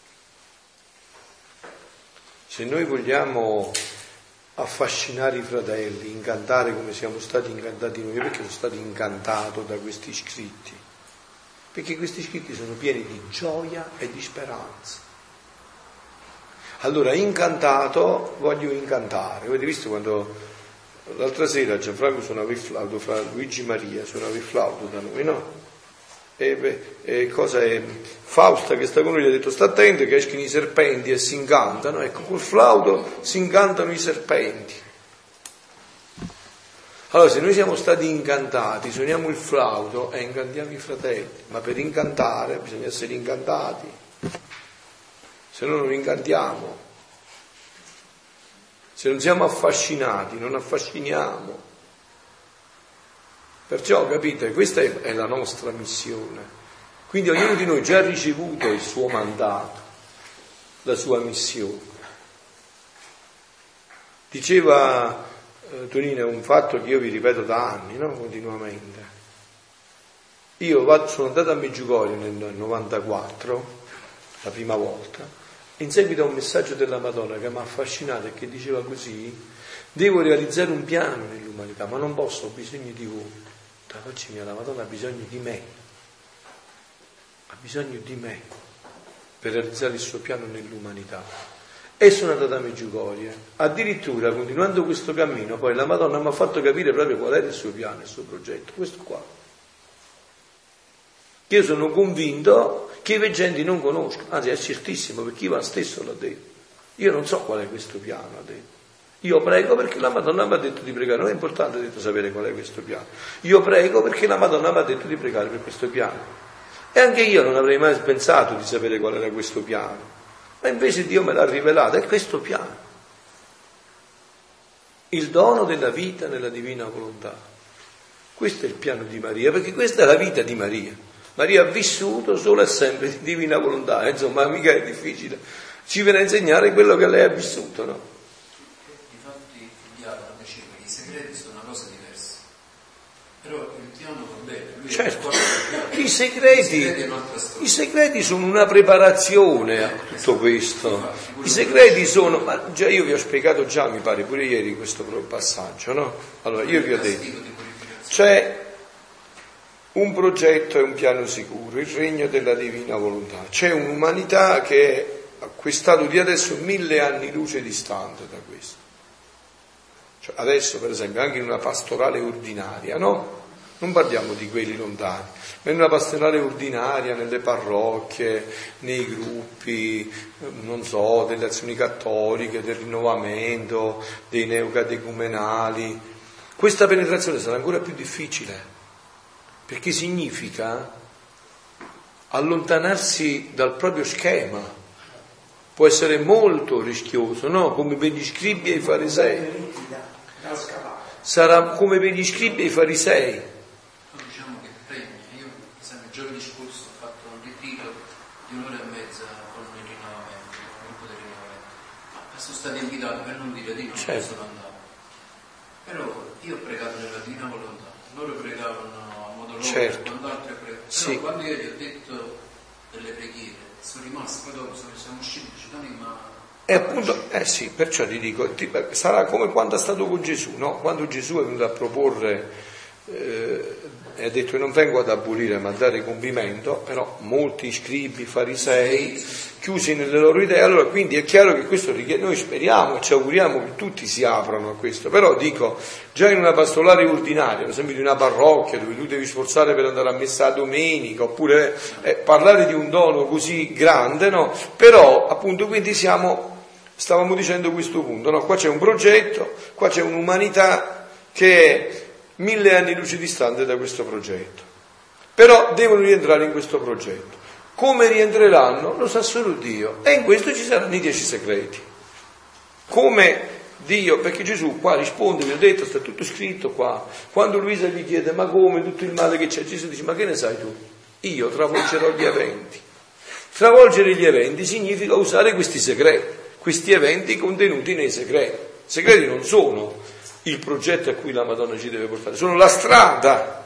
Se noi vogliamo affascinare i fratelli, incantare come siamo stati incantati noi, perché sono stato incantato da questi scritti? Perché questi scritti sono pieni di gioia e di speranza. Allora, incantato, voglio incantare. Avete visto quando l'altra sera Gianfranco suonava il flauto, fra Luigi Maria suonava il flauto da noi, no? E cosa è? Fausta che sta con lui gli ha detto sta attento che escono i serpenti e si incantano. Ecco, col flauto si incantano i serpenti. Allora, se noi siamo stati incantati, suoniamo il flauto e incantiamo i fratelli, ma per incantare bisogna essere incantati, se no non incantiamo. Se non siamo affascinati, non affasciniamo. Perciò, capite, questa è la nostra missione. Quindi ognuno di noi già ha ricevuto il suo mandato, la sua missione. Diceva Tonino, è un fatto che io vi ripeto da anni, no? Continuamente. Io sono andato a Medjugorje nel 94, la prima volta, in seguito a un messaggio della Madonna che mi ha affascinato e che diceva così: devo realizzare un piano nell'umanità, ma non posso, ho bisogno di voi. La faccia mia, la Madonna ha bisogno di me, ha bisogno di me per realizzare il suo piano nell'umanità. E sono andato a Medjugorje. Addirittura, continuando questo cammino, poi la Madonna mi ha fatto capire proprio qual era il suo piano, il suo progetto, questo qua. Io sono convinto che i veggenti non conoscono, anzi è certissimo, perché Ivan stesso l'ha detto. Io non so qual è questo piano, ha detto. Io prego perché la Madonna mi ha detto di pregare, non è importante, ha detto, sapere qual è questo piano. Io prego perché la Madonna mi ha detto di pregare per questo piano. E anche io non avrei mai pensato di sapere qual era questo piano, ma invece Dio me l'ha rivelato, è questo piano. Il dono della vita nella divina volontà. Questo è il piano di Maria, perché questa è la vita di Maria. Maria ha vissuto solo e sempre di divina volontà, insomma, mica è difficile. Ci viene a insegnare quello che lei ha vissuto, no? I segreti sono una cosa diversa, però il piano va bene. Certo, i segreti sono una preparazione a tutto questo. I segreti sono, ma già io vi ho spiegato già, mi pare pure ieri, questo passaggio, no? Allora io vi ho detto, c'è un progetto e un piano sicuro, il regno della divina volontà. C'è un'umanità che è a questo di adesso 1000 anni luce distante da questo. Cioè adesso, per esempio, anche in una pastorale ordinaria, no? Non parliamo di quelli lontani, ma in una pastorale ordinaria, nelle parrocchie, nei gruppi, non so, delle azioni cattoliche, del rinnovamento, dei neocatecumenali, questa penetrazione sarà ancora più difficile, perché significa allontanarsi dal proprio schema, può essere molto rischioso, no? Come per gli scribi e i farisei. Sarà come per gli scribi e i farisei. Diciamo che premia. Io, per esempio, il giorno scorso ho fatto un ritiro di 1 ora e mezza con il rinnovamento, con il gruppo del rinnovamento. Sono stato invitato, per non dire di no, certo. sono andato. Però io ho pregato nella divina volontà, loro pregavano a modo loro, certo. quando altri pregavano. Sì. Però quando io gli ho detto delle preghiere, sono rimasto, poi dopo siamo usciti, ma... E appunto, sì, perciò ti dico, sarà come quando è stato con Gesù, no? Quando Gesù è venuto a proporre, ha detto che non vengo ad abolire ma a dare compimento, però molti scribi, farisei, chiusi nelle loro idee, allora quindi è chiaro che questo richiede, noi speriamo e ci auguriamo che tutti si aprano a questo, però dico, già in una pastorale ordinaria, per esempio di una parrocchia dove tu devi sforzare per andare a messa a domenica, oppure parlare di un dono così grande, no? Però appunto quindi stavamo dicendo questo punto, no? Qua c'è un progetto, qua c'è un'umanità che è 1000 anni luce distante da questo progetto, però devono rientrare in questo progetto. Come rientreranno lo sa solo Dio, e in questo ci saranno i 10 segreti. Come Dio, perché Gesù qua risponde, vi ho detto, sta tutto scritto qua. Quando Luisa gli chiede ma come tutto il male che c'è, Gesù dice ma che ne sai tu? Io travolgerò gli eventi. Travolgere gli eventi significa usare questi segreti, questi eventi contenuti nei segreti. I segreti non sono il progetto a cui la Madonna ci deve portare, sono la strada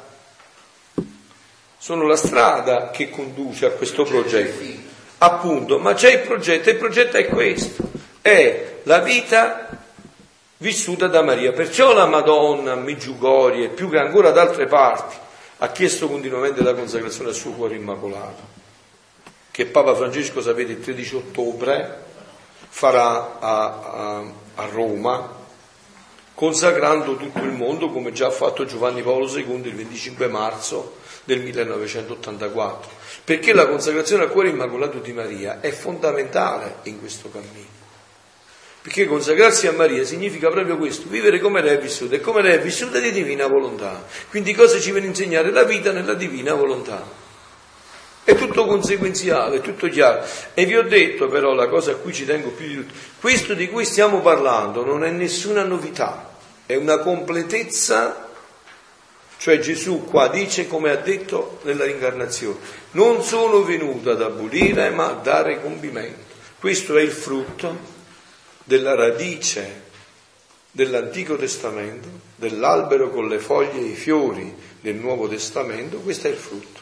che conduce a questo progetto, appunto. Ma c'è il progetto, e il progetto è questo, è la vita vissuta da Maria. Perciò la Madonna a Medjugorje, e più che ancora da altre parti, ha chiesto continuamente la consacrazione al suo cuore immacolato, che Papa Francesco, sapete, il 13 ottobre farà a Roma, consacrando tutto il mondo, come già ha fatto Giovanni Paolo II il 25 marzo del 1984, perché la consacrazione al cuore immacolato di Maria è fondamentale in questo cammino, perché consacrarsi a Maria significa proprio questo, vivere come lei è vissuta, e come lei è vissuta di divina volontà. Quindi cosa ci viene a insegnare? La vita nella divina volontà. È tutto conseguenziale, è tutto chiaro. E vi ho detto però la cosa a cui ci tengo più di tutto, questo di cui stiamo parlando non è nessuna novità, è una completezza, cioè Gesù qua dice, come ha detto nella rincarnazione, non sono venuto ad abolire ma a dare compimento. Questo è il frutto della radice dell'Antico Testamento, dell'albero con le foglie e i fiori del Nuovo Testamento, questo è il frutto.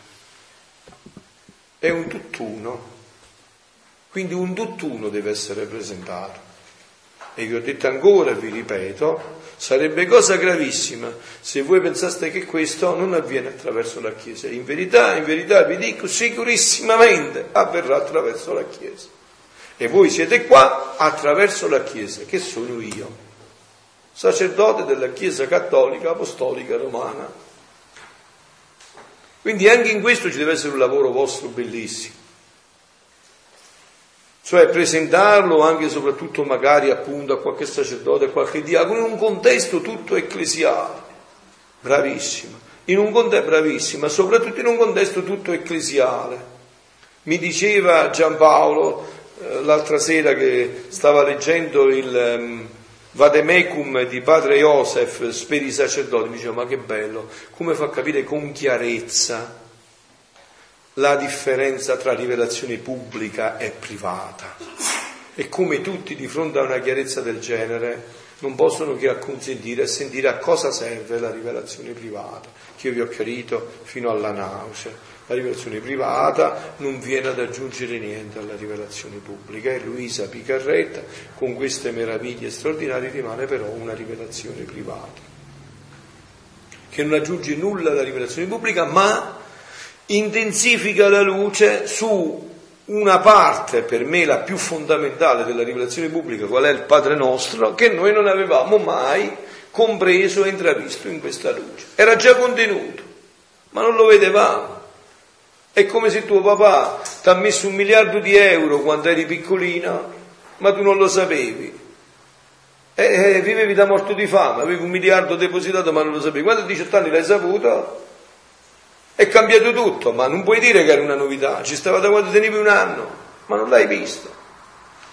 È un tutt'uno, quindi un tutt'uno deve essere presentato. E vi ho detto ancora, vi ripeto, sarebbe cosa gravissima se voi pensaste che questo non avviene attraverso la Chiesa. In verità vi dico, sicurissimamente avverrà attraverso la Chiesa. E voi siete qua attraverso la Chiesa, che sono io, sacerdote della Chiesa Cattolica Apostolica Romana. Quindi anche in questo ci deve essere un lavoro vostro bellissimo, cioè presentarlo anche e soprattutto magari appunto a qualche sacerdote, a qualche diacono, in un contesto tutto ecclesiale, bravissima, bravissima, soprattutto in un contesto tutto ecclesiale. Mi diceva Giampaolo l'altra sera che stava leggendo il Vademecum di padre Joseph per i sacerdoti, mi diceva ma che bello, come fa capire con chiarezza la differenza tra rivelazione pubblica e privata, e come tutti di fronte a una chiarezza del genere non possono che acconsentire e sentire a cosa serve la rivelazione privata, che io vi ho chiarito fino alla nausea. La rivelazione privata non viene ad aggiungere niente alla rivelazione pubblica, e Luisa Picarretta con queste meraviglie straordinarie rimane però una rivelazione privata, che non aggiunge nulla alla rivelazione pubblica, ma intensifica la luce su una parte, per me la più fondamentale della rivelazione pubblica, qual è il Padre Nostro, che noi non avevamo mai compreso e intravisto in questa luce. Era già contenuto, ma non lo vedevamo. È come se tuo papà ti ha messo 1 miliardo di euro quando eri piccolino, ma tu non lo sapevi. Vivevi da morto di fame, avevi 1 miliardo depositato ma non lo sapevi. Quando a 18 anni l'hai saputo, è cambiato tutto, ma non puoi dire che era una novità, ci stava da quando tenevi 1 anno, ma non l'hai visto.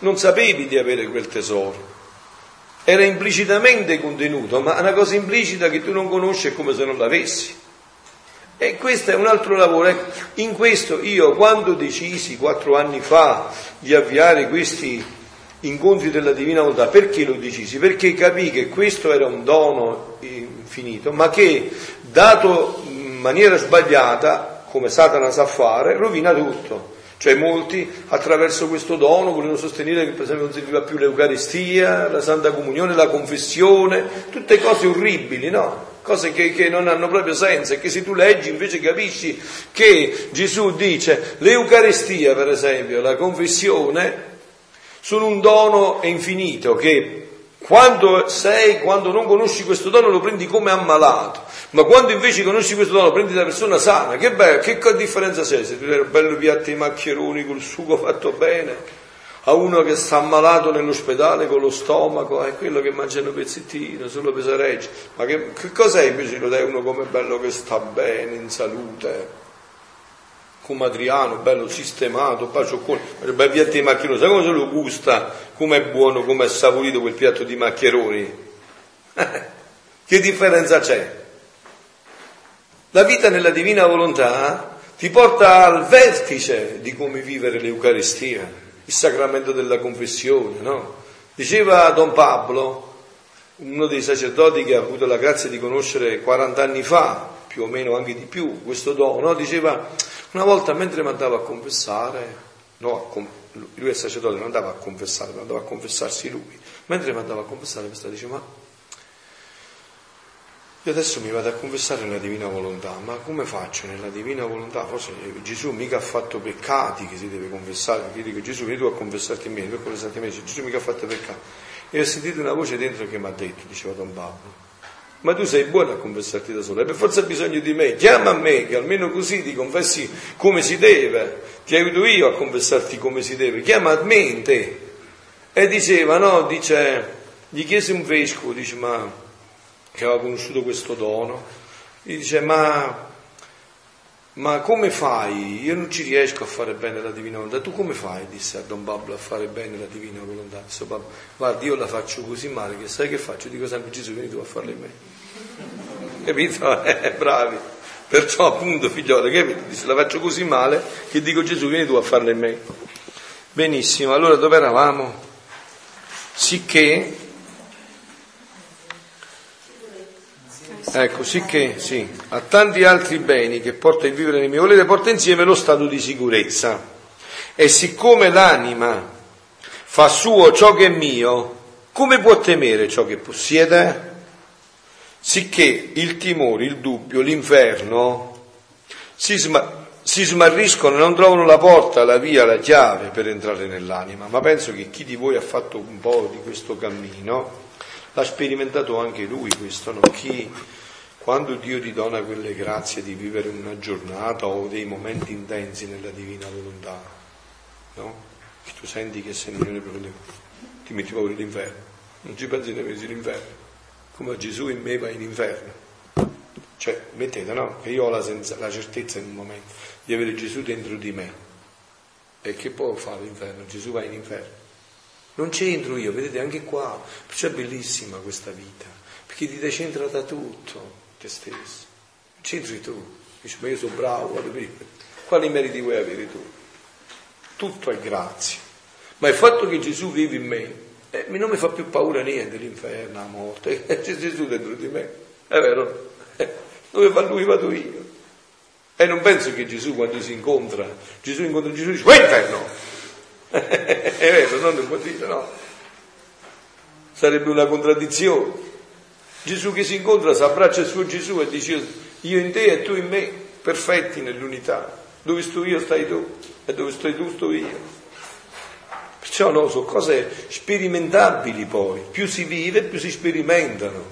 non sapevi di avere quel tesoro. Era implicitamente contenuto, ma una cosa implicita che tu non conosci è come se non l'avessi. E questo è un altro lavoro. In questo io, quando decisi 4 anni fa di avviare questi incontri della Divina Volontà, perché lo decisi? Perché capii che questo era un dono infinito, ma che dato in maniera sbagliata, come Satana sa fare, rovina tutto. Cioè molti attraverso questo dono volevano sostenere che per esempio non serviva più l'Eucaristia, la Santa Comunione, la confessione, tutte cose orribili, no? Cose che non hanno proprio senso, e che se tu leggi invece capisci che Gesù dice l'Eucaristia, per esempio, la confessione, sono un dono infinito che quando non conosci questo dono lo prendi come ammalato, ma quando invece conosci questo dono lo prendi da persona sana. Che bello, che differenza c'è se tu hai un bello piatto di maccheroni col sugo fatto bene a uno che sta ammalato nell'ospedale con lo stomaco, è quello che mangia un pezzettino solo per sareggi. Ma che cos'è invece lo dai uno come bello che sta bene, in salute, come Adriano, bello sistemato, pacioccone, un bel piatto di maccheroni, sai come se lo gusta, com'è buono, com'è saporito quel piatto di maccheroni? Che differenza c'è? La vita nella Divina Volontà ti porta al vertice di come vivere l'Eucaristia, il sacramento della confessione, no? Diceva Don Pablo, uno dei sacerdoti che ha avuto la grazia di conoscere 40 anni fa, più o meno anche di più, questo dono, diceva, una volta mentre mi andavo a confessare, lui è sacerdote, non andava a confessare, ma andava a confessarsi lui, mentre mi andavo a confessare questa dice, ma io adesso mi vado a confessare nella Divina Volontà, ma come faccio nella Divina Volontà? Forse Gesù mica ha fatto peccati che si deve confessare, perché io dico Gesù vieni tu a confessarti in me, tu a confessarti in me, dice, Gesù mica ha fatto peccati. E ho sentito una voce dentro che mi ha detto, diceva Don Pablo, ma tu sei buono a confessarti da solo, e per forza hai bisogno di me, chiama a me che almeno così ti confessi come si deve, ti aiuto io a confessarti come si deve, chiama a me in te. E diceva, gli chiese un vescovo, dice, ma che aveva conosciuto questo dono, gli dice, ma come fai? Io non ci riesco a fare bene la Divina Volontà. Tu come fai, disse a Don Pablo, a fare bene la Divina Volontà? Disse Pablo, guarda, io la faccio così male che sai che faccio? Dico sempre, Gesù vieni tu a farla in me. Capito? Bravi. Perciò appunto, figliolo, capito? Disse, la faccio così male che dico Gesù vieni tu a farla in me. Benissimo, allora dove eravamo? Sicché a tanti altri beni che porta il vivere nel mio volere porta insieme lo stato di sicurezza. E siccome l'anima fa suo ciò che è mio, come può temere ciò che possiede? Sicché il timore, il dubbio, l'inferno si smarriscono e non trovano la porta, la via, la chiave per entrare nell'anima. Ma penso che chi di voi ha fatto un po' di questo cammino l'ha sperimentato anche lui questo, no? Quando Dio ti dona quelle grazie di vivere una giornata o dei momenti intensi nella Divina Volontà, no? Che tu senti che sei in unione proprio, ti metti paura dell'inferno, non ci pensi nemmeno all'inferno, come Gesù in me va in inferno. Cioè, mettete, no? Che io ho la certezza in un momento di avere Gesù dentro di me. E che può fare l'inferno? Gesù va in inferno. Non c'entro io, vedete, anche qua. Perciò è bellissima questa vita, perché ti decentra da tutto te stesso. C'entri tu, dici, ma io sono bravo, quali meriti vuoi avere tu? Tutto è grazia. Ma il fatto che Gesù vive in me, non mi fa più paura niente l'inferno, la morte, c'è Gesù dentro di me, è vero? Dove va lui vado io. E non penso che Gesù quando si incontra, Gesù dice, vai inferno! È vero, non può dire, no? Sarebbe una contraddizione. Gesù che si incontra, si abbraccia il suo Gesù e dice, io in te e tu in me, perfetti nell'unità. Dove sto io stai tu, e dove stai tu sto io. Perciò no, sono cose sperimentabili poi. Più si vive, più si sperimentano.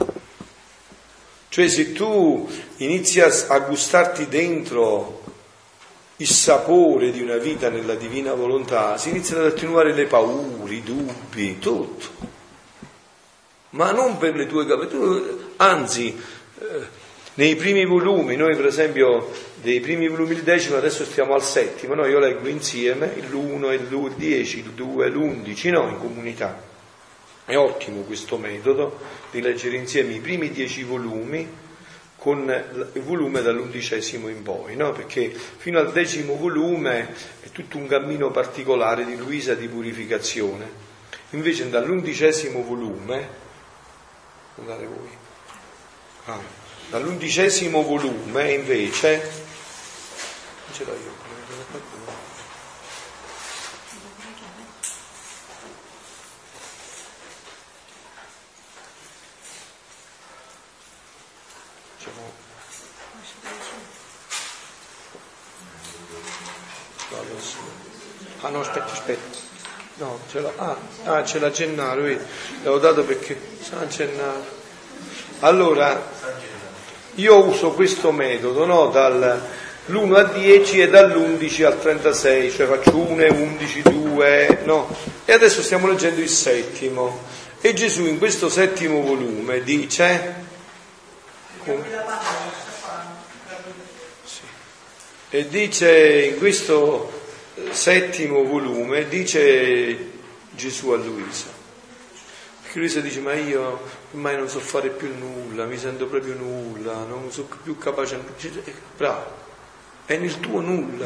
Cioè se tu inizi a gustarti dentro il sapore di una vita nella Divina Volontà, si iniziano ad attenuare le paure, i dubbi, tutto. Ma non per le tue cause, anzi, Nei primi volumi, noi per esempio dei primi volumi il 10, adesso stiamo al 7, no? Io leggo insieme l'1, il 10, il 2, l'11, no? In comunità. È ottimo questo metodo di leggere insieme i primi 10 volumi con il volume dall'11° in poi, no? Perché fino al 10° volume è tutto un cammino particolare di Luisa di purificazione. Invece dall'11° volume, guardate voi, dall'11° volume invece, non ce l'ho io, no, aspetta. No, ce l'ho. Ce l'ha Gennaro, vedi? L'avevo dato perché San Gennaro. Allora, io uso questo metodo, no? Dall'1 a 10 e dall'11 al 36, cioè faccio 1, 11, 2, no? E adesso stiamo leggendo il 7°. E Gesù in questo 7° volume dice... Sì. E dice in questo 7° volume, dice Gesù a Luisa, perché Luisa dice: ma io ormai non so fare più nulla, mi sento proprio nulla, non sono più capace. Bravo, è nel tuo nulla,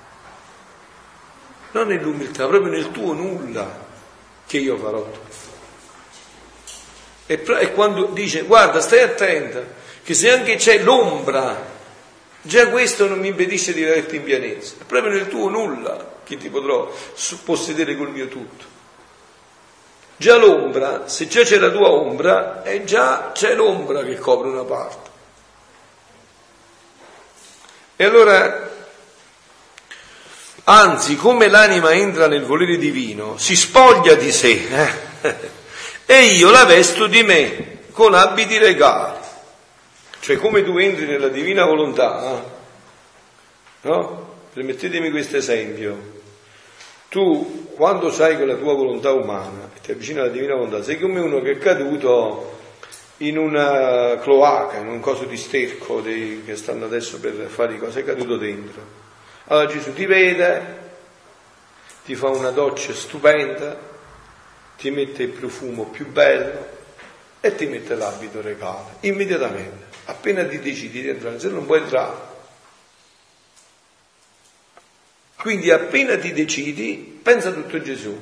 non nell'umiltà, proprio nel tuo nulla che io farò tutto. E quando dice: guarda, stai attenta, che se anche c'è l'ombra, già questo non mi impedisce di vederti in pienezza. È proprio nel tuo nulla che ti potrò possedere col mio tutto. Già l'ombra, se già c'è la tua ombra, è già c'è l'ombra che copre una parte. E allora, anzi, come l'anima entra nel volere divino, si spoglia di sé, e io la vesto di me con abiti regali. Cioè, come tu entri nella divina volontà, no? Permettetemi questo esempio. Tu, quando sai con la tua volontà umana e ti avvicini alla divina volontà, sei come uno che è caduto in una cloaca, in un coso di sterco che stanno adesso per fare cose, è caduto dentro. Allora Gesù ti vede, ti fa una doccia stupenda, ti mette il profumo più bello e ti mette l'abito regale, immediatamente. Appena ti decidi di entrare, se non puoi entrare. Quindi appena ti decidi, pensa tutto Gesù.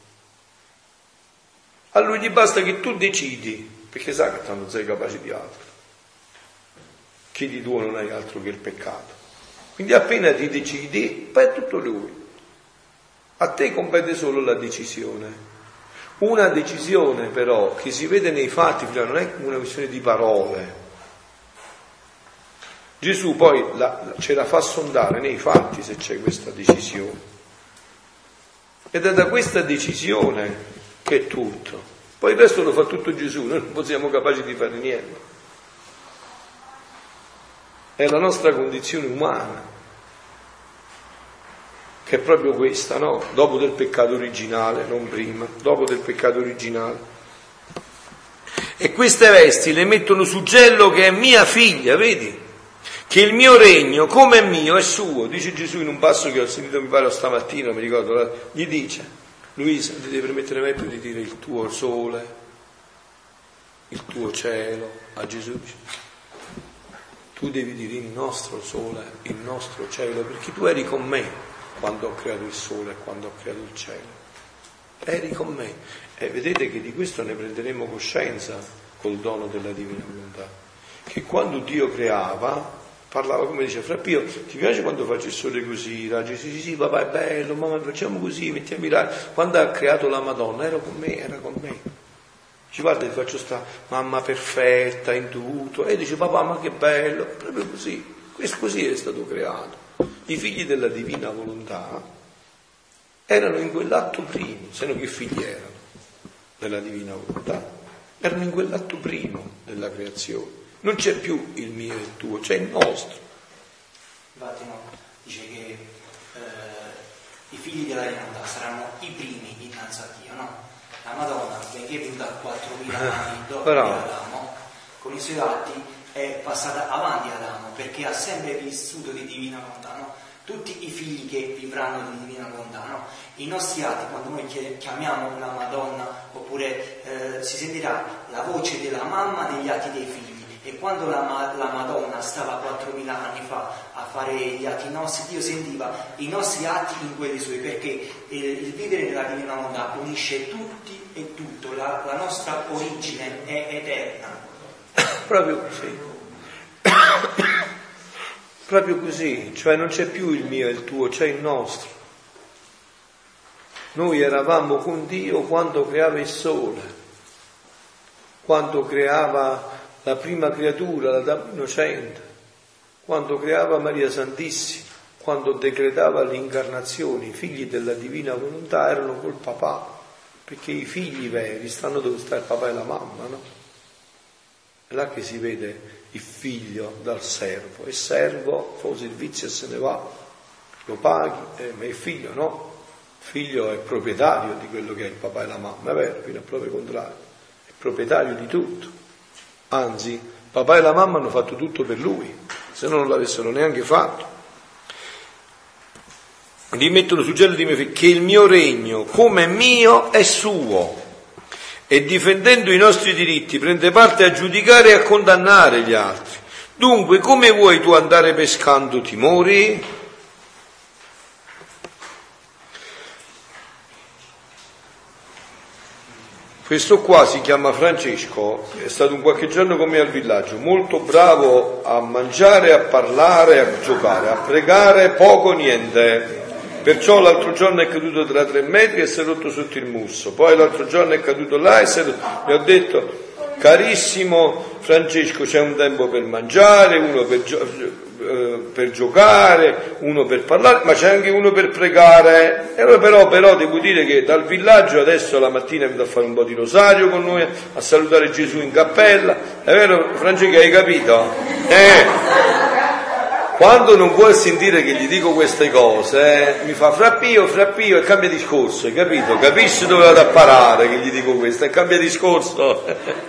A lui gli basta che tu decidi, perché sa che tanto sei capace di altro. Che di tuo non hai altro che il peccato. Quindi appena ti decidi, poi è tutto lui. A te compete solo la decisione. Una decisione però che si vede nei fatti, non è una questione di parole. Gesù poi ce la fa sondare nei fatti se c'è questa decisione. Ed è da questa decisione che è tutto. Poi il resto lo fa tutto Gesù, noi non siamo capaci di fare niente. È la nostra condizione umana, che è proprio questa, no? Dopo del peccato originale, non prima, dopo del peccato originale. E queste vesti le mettono su Gello, che è mia figlia, vedi? Che il mio regno, come è mio, è suo. Dice Gesù in un passo che ho sentito, mi pare stamattina, mi ricordo, gli dice: Luisa, ti devi permettere mai più di dire il tuo sole, il tuo cielo. A Gesù dice: tu devi dire il nostro sole, il nostro cielo, perché tu eri con me quando ho creato il sole e quando ho creato il cielo. Eri con me. E vedete che di questo ne prenderemo coscienza col dono della divina volontà. Che quando Dio creava, parlava come dice: Fra Pio, ti piace quando faccio il sole così? Sì, papà, è bello, mamma, facciamo così, mettiamo i raggi. Quando ha creato la Madonna, era con me. Dice: guarda, ti faccio sta mamma perfetta in tutto. E dice: papà, ma che bello, è proprio così. Questo così è stato creato. I figli della divina volontà erano in quell'atto primo, se no che figli erano della divina volontà? Erano in quell'atto primo della creazione. Non c'è più il mio e il tuo, c'è il nostro. Infatti no, dice che i figli della divinità saranno i primi innanzi a Dio, no? La Madonna, benché è venuta 4.000 anni dopo di Adamo, con i suoi atti è passata avanti Adamo, perché ha sempre vissuto di divina volontà, no? Tutti i figli che vivranno di divina volontà, no? I nostri atti, quando noi chiamiamo la Madonna, oppure si sentirà la voce della mamma degli atti dei figli. E quando la Madonna stava 4.000 anni fa a fare gli atti nostri, Dio sentiva i nostri atti in quelli suoi, perché il vivere nella divina volontà unisce tutti e tutto, la nostra origine è eterna. Proprio così. Proprio così, cioè non c'è più il mio e il tuo, c'è il nostro. Noi eravamo con Dio quando creava il sole, quando creava la prima creatura, l'Adamo innocente, quando creava Maria Santissima, quando decretava l'incarnazione. I figli della divina volontà erano col papà, perché i figli veri stanno dove sta il papà e la mamma, no? È là che si vede il figlio dal servo. Il servo fa servizio e se ne va, lo paghi, ma il figlio no. Il figlio è proprietario di quello che è il papà e la mamma, è vero, fino al proprio contrario, è proprietario di tutto. Anzi, papà e la mamma hanno fatto tutto per lui, se no non l'avessero neanche fatto. Gli mettono sul gelo di mio figlio che il mio regno, come mio, è suo, e difendendo i nostri diritti prende parte a giudicare e a condannare gli altri. Dunque, come vuoi tu andare pescando timori? Questo qua si chiama Francesco, è stato un qualche giorno con me al villaggio, molto bravo a mangiare, a parlare, a giocare, a pregare, poco niente. Perciò l'altro giorno è caduto tra 3 metri e si è rotto sotto il musso, poi l'altro giorno è caduto là e si è rotto. Mi ho detto, carissimo Francesco, c'è un tempo per mangiare, uno per giocare, uno per parlare, ma c'è anche uno per pregare. E allora però devo dire che dal villaggio adesso la mattina è venuto a fare un po' di rosario con noi, a salutare Gesù in cappella. È vero Francesco, hai capito? Quando non vuoi sentire che gli dico queste cose, mi fa frappio e cambia discorso, hai capito? Capisci dove vado a parare che gli dico questo e cambia discorso.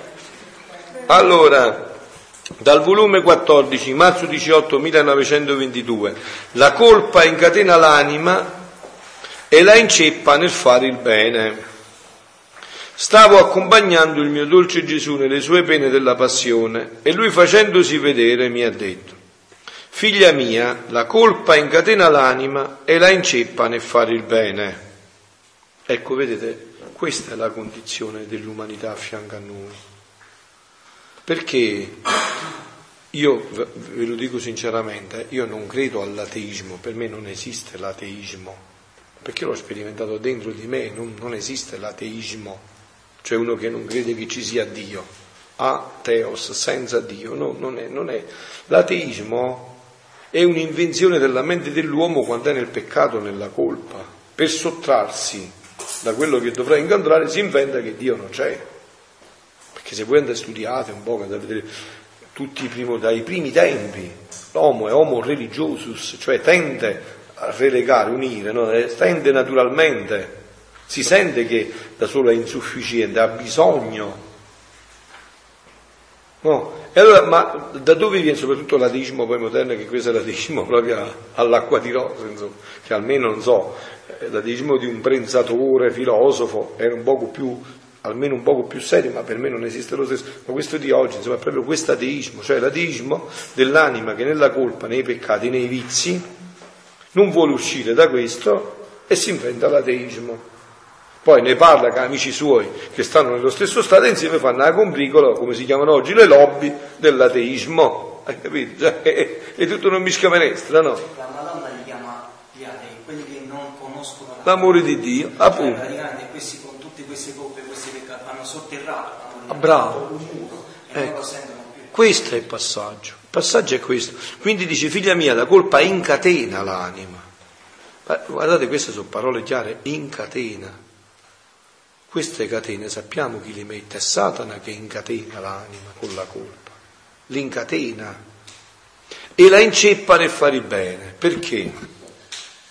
Allora, dal volume 14, marzo 18, 1922, la colpa incatena l'anima e la inceppa nel fare il bene. Stavo accompagnando il mio dolce Gesù nelle sue pene della passione e lui facendosi vedere mi ha detto: figlia mia, la colpa incatena l'anima e la inceppa nel fare il bene. Ecco, vedete, questa è la condizione dell'umanità a fianco a noi. Perché io, ve lo dico sinceramente, io non credo all'ateismo, per me non esiste l'ateismo, perché l'ho sperimentato dentro di me, non esiste l'ateismo, cioè uno che non crede che ci sia Dio, ateos, senza Dio, no, non è. L'ateismo è un'invenzione della mente dell'uomo quando è nel peccato, nella colpa. Per sottrarsi da quello che dovrà incontrare si inventa che Dio non c'è. Perché se voi andate a studiare un po', andate a vedere dai primi tempi, l'uomo è homo religiosus, cioè tende a relegare, unire, no? Tende naturalmente, si sente che da solo è insufficiente, ha bisogno. No? E allora, ma da dove viene soprattutto l'ateismo poi moderno, che questo è l'ateismo proprio all'acqua di rose, insomma, che almeno non so, l'ateismo di un pensatore, filosofo, era almeno un poco più serio, ma per me non esiste lo stesso. Ma questo di oggi, insomma, è proprio questo ateismo, cioè l'ateismo dell'anima che nella colpa, nei peccati, nei vizi, non vuole uscire da questo e si inventa l'ateismo. Poi ne parla con amici suoi che stanno nello stesso stato e insieme fanno la combricola, come si chiamano oggi, le lobby dell'ateismo. Hai capito? Cioè, è tutto una mischia-menestra, no? La Madonna li chiama gli atei, quelli che non conoscono l'amore di Dio, appunto. Praticamente questi con tutte queste colpe, questi peccati, hanno sotterrato bravo. un muro e Ecco. non lo sentono più. Questo è il passaggio. Il passaggio è questo. Quindi dice, figlia mia, la colpa incatena l'anima. Ma guardate, queste sono parole chiare, incatena. Queste catene sappiamo chi le mette, è Satana che incatena l'anima con la colpa, l'incatena e la inceppa nel fare il bene. Perché?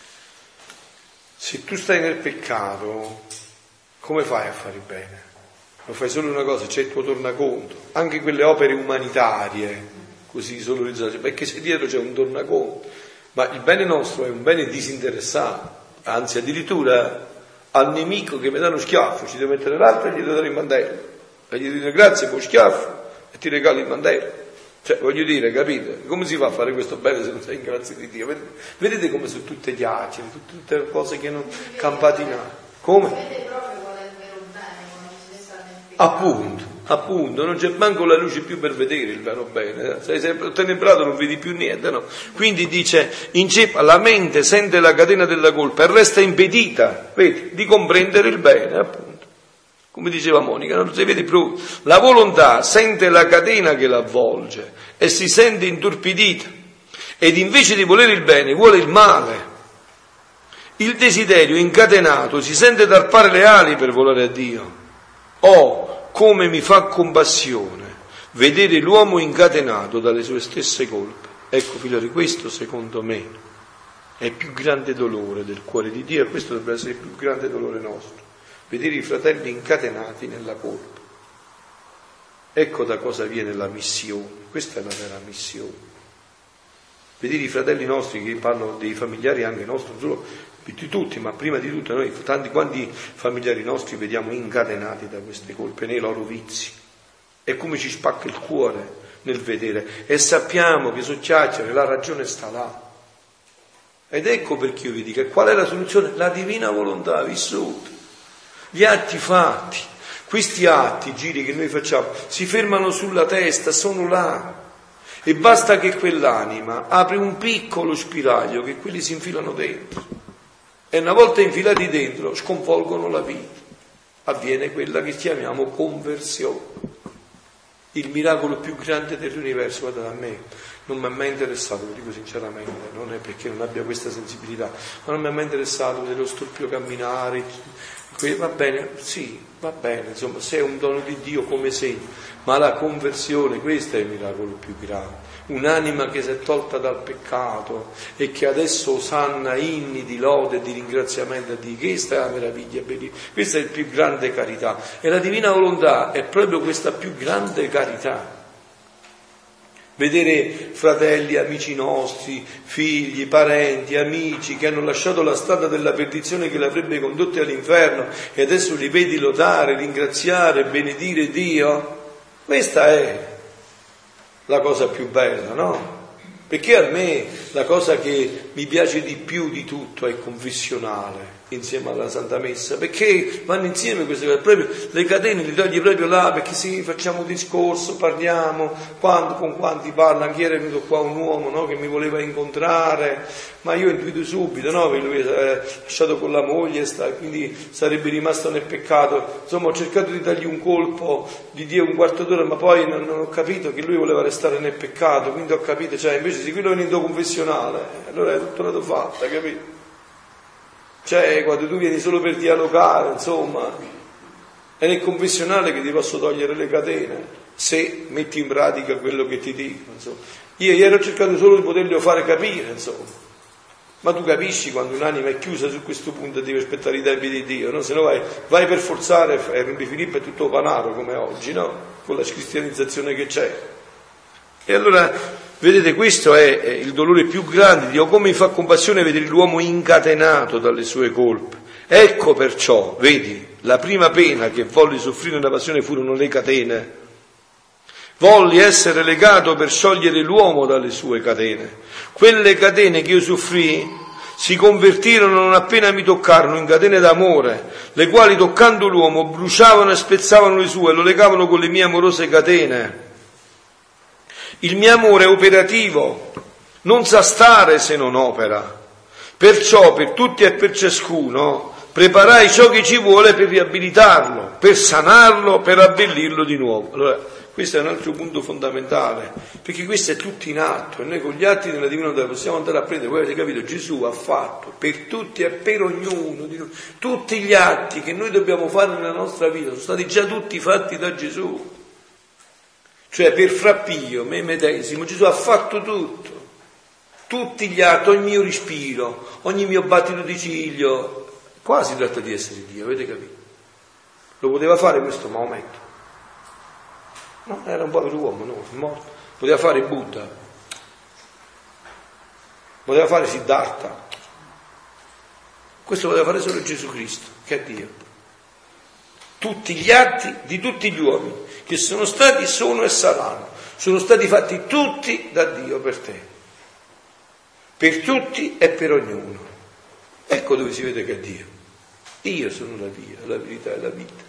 Se tu stai nel peccato, come fai a fare il bene? lo fai solo una cosa, c'è il tuo tornaconto, anche quelle opere umanitarie, così solo perché se dietro c'è un tornaconto, ma il bene nostro è un bene disinteressato, anzi addirittura al nemico che mi dà uno schiaffo ci devo mettere l'altro e gli devo dare il mantello, e gli dire grazie per lo schiaffo e ti regalo il mantello. Cioè, voglio dire, capite? Come si fa a fare questo bene se non sei in grazia di Dio? Vedete come sono tutte chiacchiere, tutte cose che non campati in aria. Come? Vede proprio qual è il vero bene quando si sta nel Appunto, non c'è manco la luce più per vedere il vero bene. Sei sempre ottenebrato, non vedi più niente, no? Quindi dice, inceppa, la mente sente la catena della colpa e resta impedita, vedi, di comprendere il bene, appunto. Come diceva Monica, non si vede più. La volontà sente la catena che la avvolge e si sente intorpidita ed invece di volere il bene vuole il male. Il desiderio incatenato si sente tarpare le ali per volare a Dio. Oh, come mi fa compassione vedere l'uomo incatenato dalle sue stesse colpe. Ecco, figlioli, questo secondo me è il più grande dolore del cuore di Dio e questo dovrebbe essere il più grande dolore nostro. Vedere i fratelli incatenati nella colpa. Ecco da cosa viene la missione, questa è la vera missione. Vedere i fratelli nostri, che parlo dei familiari anche nostri, non solo di tutti, ma prima di tutto noi, tanti quanti familiari nostri vediamo incatenati da queste colpe, nei loro vizi. E come ci spacca il cuore nel vedere. E sappiamo che su chiacchiere la ragione sta là. Ed ecco perché io vi dico, qual è la soluzione? La divina volontà vissuta. Gli atti fatti, questi atti, giri che noi facciamo, si fermano sulla testa, sono là. E basta che quell'anima apre un piccolo spiraglio, che quelli si infilano dentro. E una volta infilati dentro, sconvolgono la vita. Avviene quella che chiamiamo conversione. Il miracolo più grande dell'universo, guardate, a me non mi è mai interessato, lo dico sinceramente, non è perché non abbia questa sensibilità, ma non mi è mai interessato dello storpio camminare. Va bene, sì, va bene, insomma, se è un dono di Dio come segno, ma la conversione, questo è il miracolo più grande. Un'anima che si è tolta dal peccato e che adesso osanna inni di lode e di ringraziamento a Dio, questa è la meraviglia, questa è la più grande carità. E la divina volontà è proprio questa più grande carità. Vedere fratelli, amici nostri, figli, parenti, amici che hanno lasciato la strada della perdizione che l'avrebbe condotti all'inferno e adesso li vedi lodare, ringraziare, benedire Dio, questa è la cosa più bella, no? Perché a me la cosa che mi piace di più di tutto è il confessionale insieme alla Santa Messa, perché vanno insieme queste cose, proprio le catene li togli proprio là, perché sì, facciamo un discorso, parliamo, con quanti parla, anche ieri è venuto qua un uomo, no, che mi voleva incontrare, ma io intuito subito, no, che lui è lasciato con la moglie, quindi sarebbe rimasto nel peccato, insomma ho cercato di dargli un colpo di Dio un quarto d'ora, ma poi non ho capito che lui voleva restare nel peccato, quindi ho capito, cioè invece se quello è venuto confessionale, allora è tutto una fatta, capito? Cioè, quando tu vieni solo per dialogare, insomma, è nel confessionale che ti posso togliere le catene, se metti in pratica quello che ti dico, insomma. Io ieri ho cercato solo di poterglielo fare capire, insomma. Ma tu capisci quando un'anima è chiusa su questo punto e deve aspettare i tempi di Dio, no? Se no vai per forzare, e di Filippo è tutto panaro come oggi, no? Con la cristianizzazione che c'è. E allora... vedete, questo è il dolore più grande di Dio, come mi fa compassione vedere l'uomo incatenato dalle sue colpe. Ecco perciò, vedi, la prima pena che volli soffrire nella passione furono le catene. Volli essere legato per sciogliere l'uomo dalle sue catene. Quelle catene che io soffrii si convertirono non appena mi toccarono in catene d'amore, le quali toccando l'uomo bruciavano e spezzavano le sue e lo legavano con le mie amorose catene. Il mio amore è operativo, non sa stare se non opera. Perciò per tutti e per ciascuno preparai ciò che ci vuole per riabilitarlo, per sanarlo, per abbellirlo di nuovo. Allora, questo è un altro punto fondamentale, perché questo è tutto in atto e noi con gli atti della Divina Volontà possiamo andare a prendere, voi avete capito, Gesù ha fatto per tutti e per ognuno di noi, tutti gli atti che noi dobbiamo fare nella nostra vita sono stati già tutti fatti da Gesù. Cioè per frappio, me medesimo, Gesù ha fatto tutto, tutti gli atti, ogni mio respiro, ogni mio battito di ciglio, qua si tratta di essere Dio, avete capito? Lo poteva fare questo Maometto? No, era un povero uomo, no, è morto. Poteva fare Buddha, poteva fare Siddhartha. Questo poteva fare solo Gesù Cristo, che è Dio. Tutti gli atti di tutti gli uomini che sono stati, sono e saranno, sono stati fatti tutti da Dio per te, per tutti e per ognuno. Ecco dove si vede che è Dio. Io sono la via, la verità e la vita.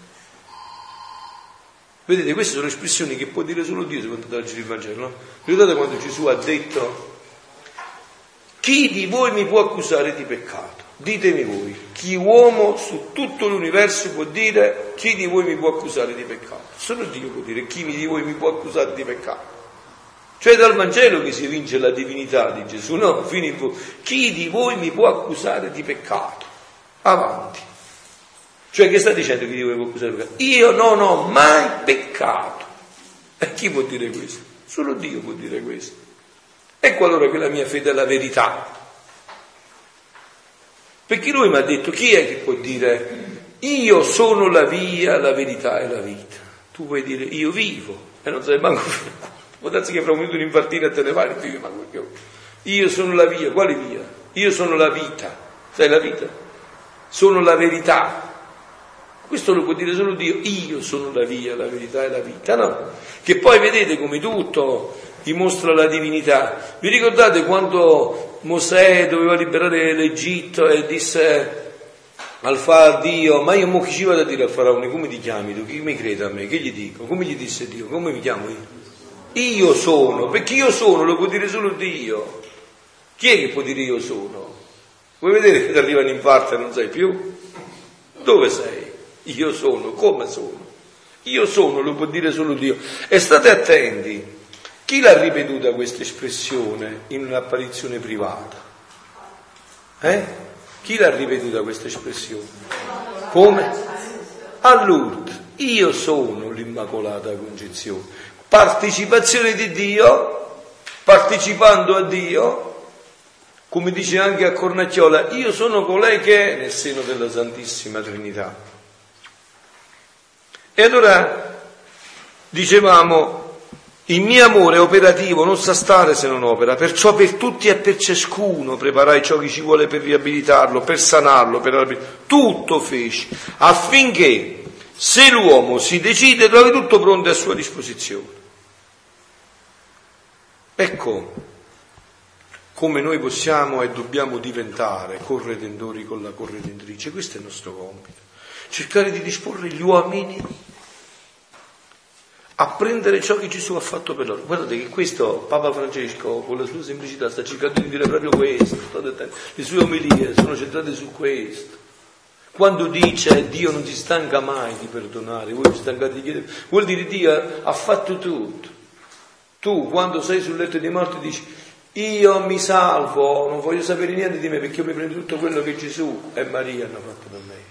Vedete, queste sono espressioni che può dire solo Dio, secondo leggere il Vangelo, no? Ricordate quando Gesù ha detto: chi di voi mi può accusare di peccato? Ditemi voi, chi uomo su tutto l'universo può dire chi di voi mi può accusare di peccato? Solo Dio può dire chi di voi mi può accusare di peccato. Cioè dal Vangelo che si evince la divinità di Gesù, no? Fino in fondo. Chi di voi mi può accusare di peccato? Avanti. Cioè che sta dicendo chi di voi mi può accusare di peccato? Io non ho mai peccato. E chi può dire questo? Solo Dio può dire questo. Ecco allora che la mia fede è la verità. Perché lui mi ha detto: chi è che può dire io sono la via, la verità e la vita? Tu puoi dire io vivo e non sai manco, può darsi che fra un minuto un infartino e te ne vai e vivi manco più. Io sono la via, quale via? Io sono la vita, sai la vita? Sono la verità. Questo lo può dire solo Dio. Io sono la via, la verità e la vita, no? Che poi vedete come tutto dimostra la divinità. Vi ricordate quando Mosè doveva liberare l'Egitto e disse al Dio: ma io mo chi ci vado a dire al faraone? Come ti chiami tu? Chi mi crede a me? Che gli dico? Come gli disse Dio? Come mi chiamo io? Io sono, perché io sono lo può dire solo Dio. Chi è che può dire io sono? Vuoi vedere che ti arriva un infarto e non sai più? Dove sei? Io sono, come sono? Io sono lo può dire solo Dio. E state attenti. Chi l'ha ripetuta questa espressione in un'apparizione privata? Chi l'ha ripetuta questa espressione? Come? A Lourdes. Io sono l'Immacolata Concezione. Partecipazione di Dio, partecipando a Dio, come dice anche a Cornacchiola, io sono colei che è nel seno della Santissima Trinità. E allora dicevamo: il mio amore è operativo, non sa stare se non opera, perciò per tutti e per ciascuno preparai ciò che ci vuole per riabilitarlo, per sanarlo, tutto feci, affinché se l'uomo si decide trovi tutto pronto a sua disposizione. Ecco come noi possiamo e dobbiamo diventare corredentori con la corredentrice. Questo è il nostro compito, cercare di disporre gli uomini a prendere ciò che Gesù ha fatto per loro. Guardate che questo Papa Francesco con la sua semplicità sta cercando di dire proprio questo. Le sue omelie sono centrate su questo. Quando dice Dio non si stanca mai di perdonare, voi vi stancate di chiedere, vuol dire Dio ha fatto tutto. Tu quando sei sul letto di morte dici io mi salvo, non voglio sapere niente di me perché io mi prendo tutto quello che Gesù e Maria hanno fatto per me.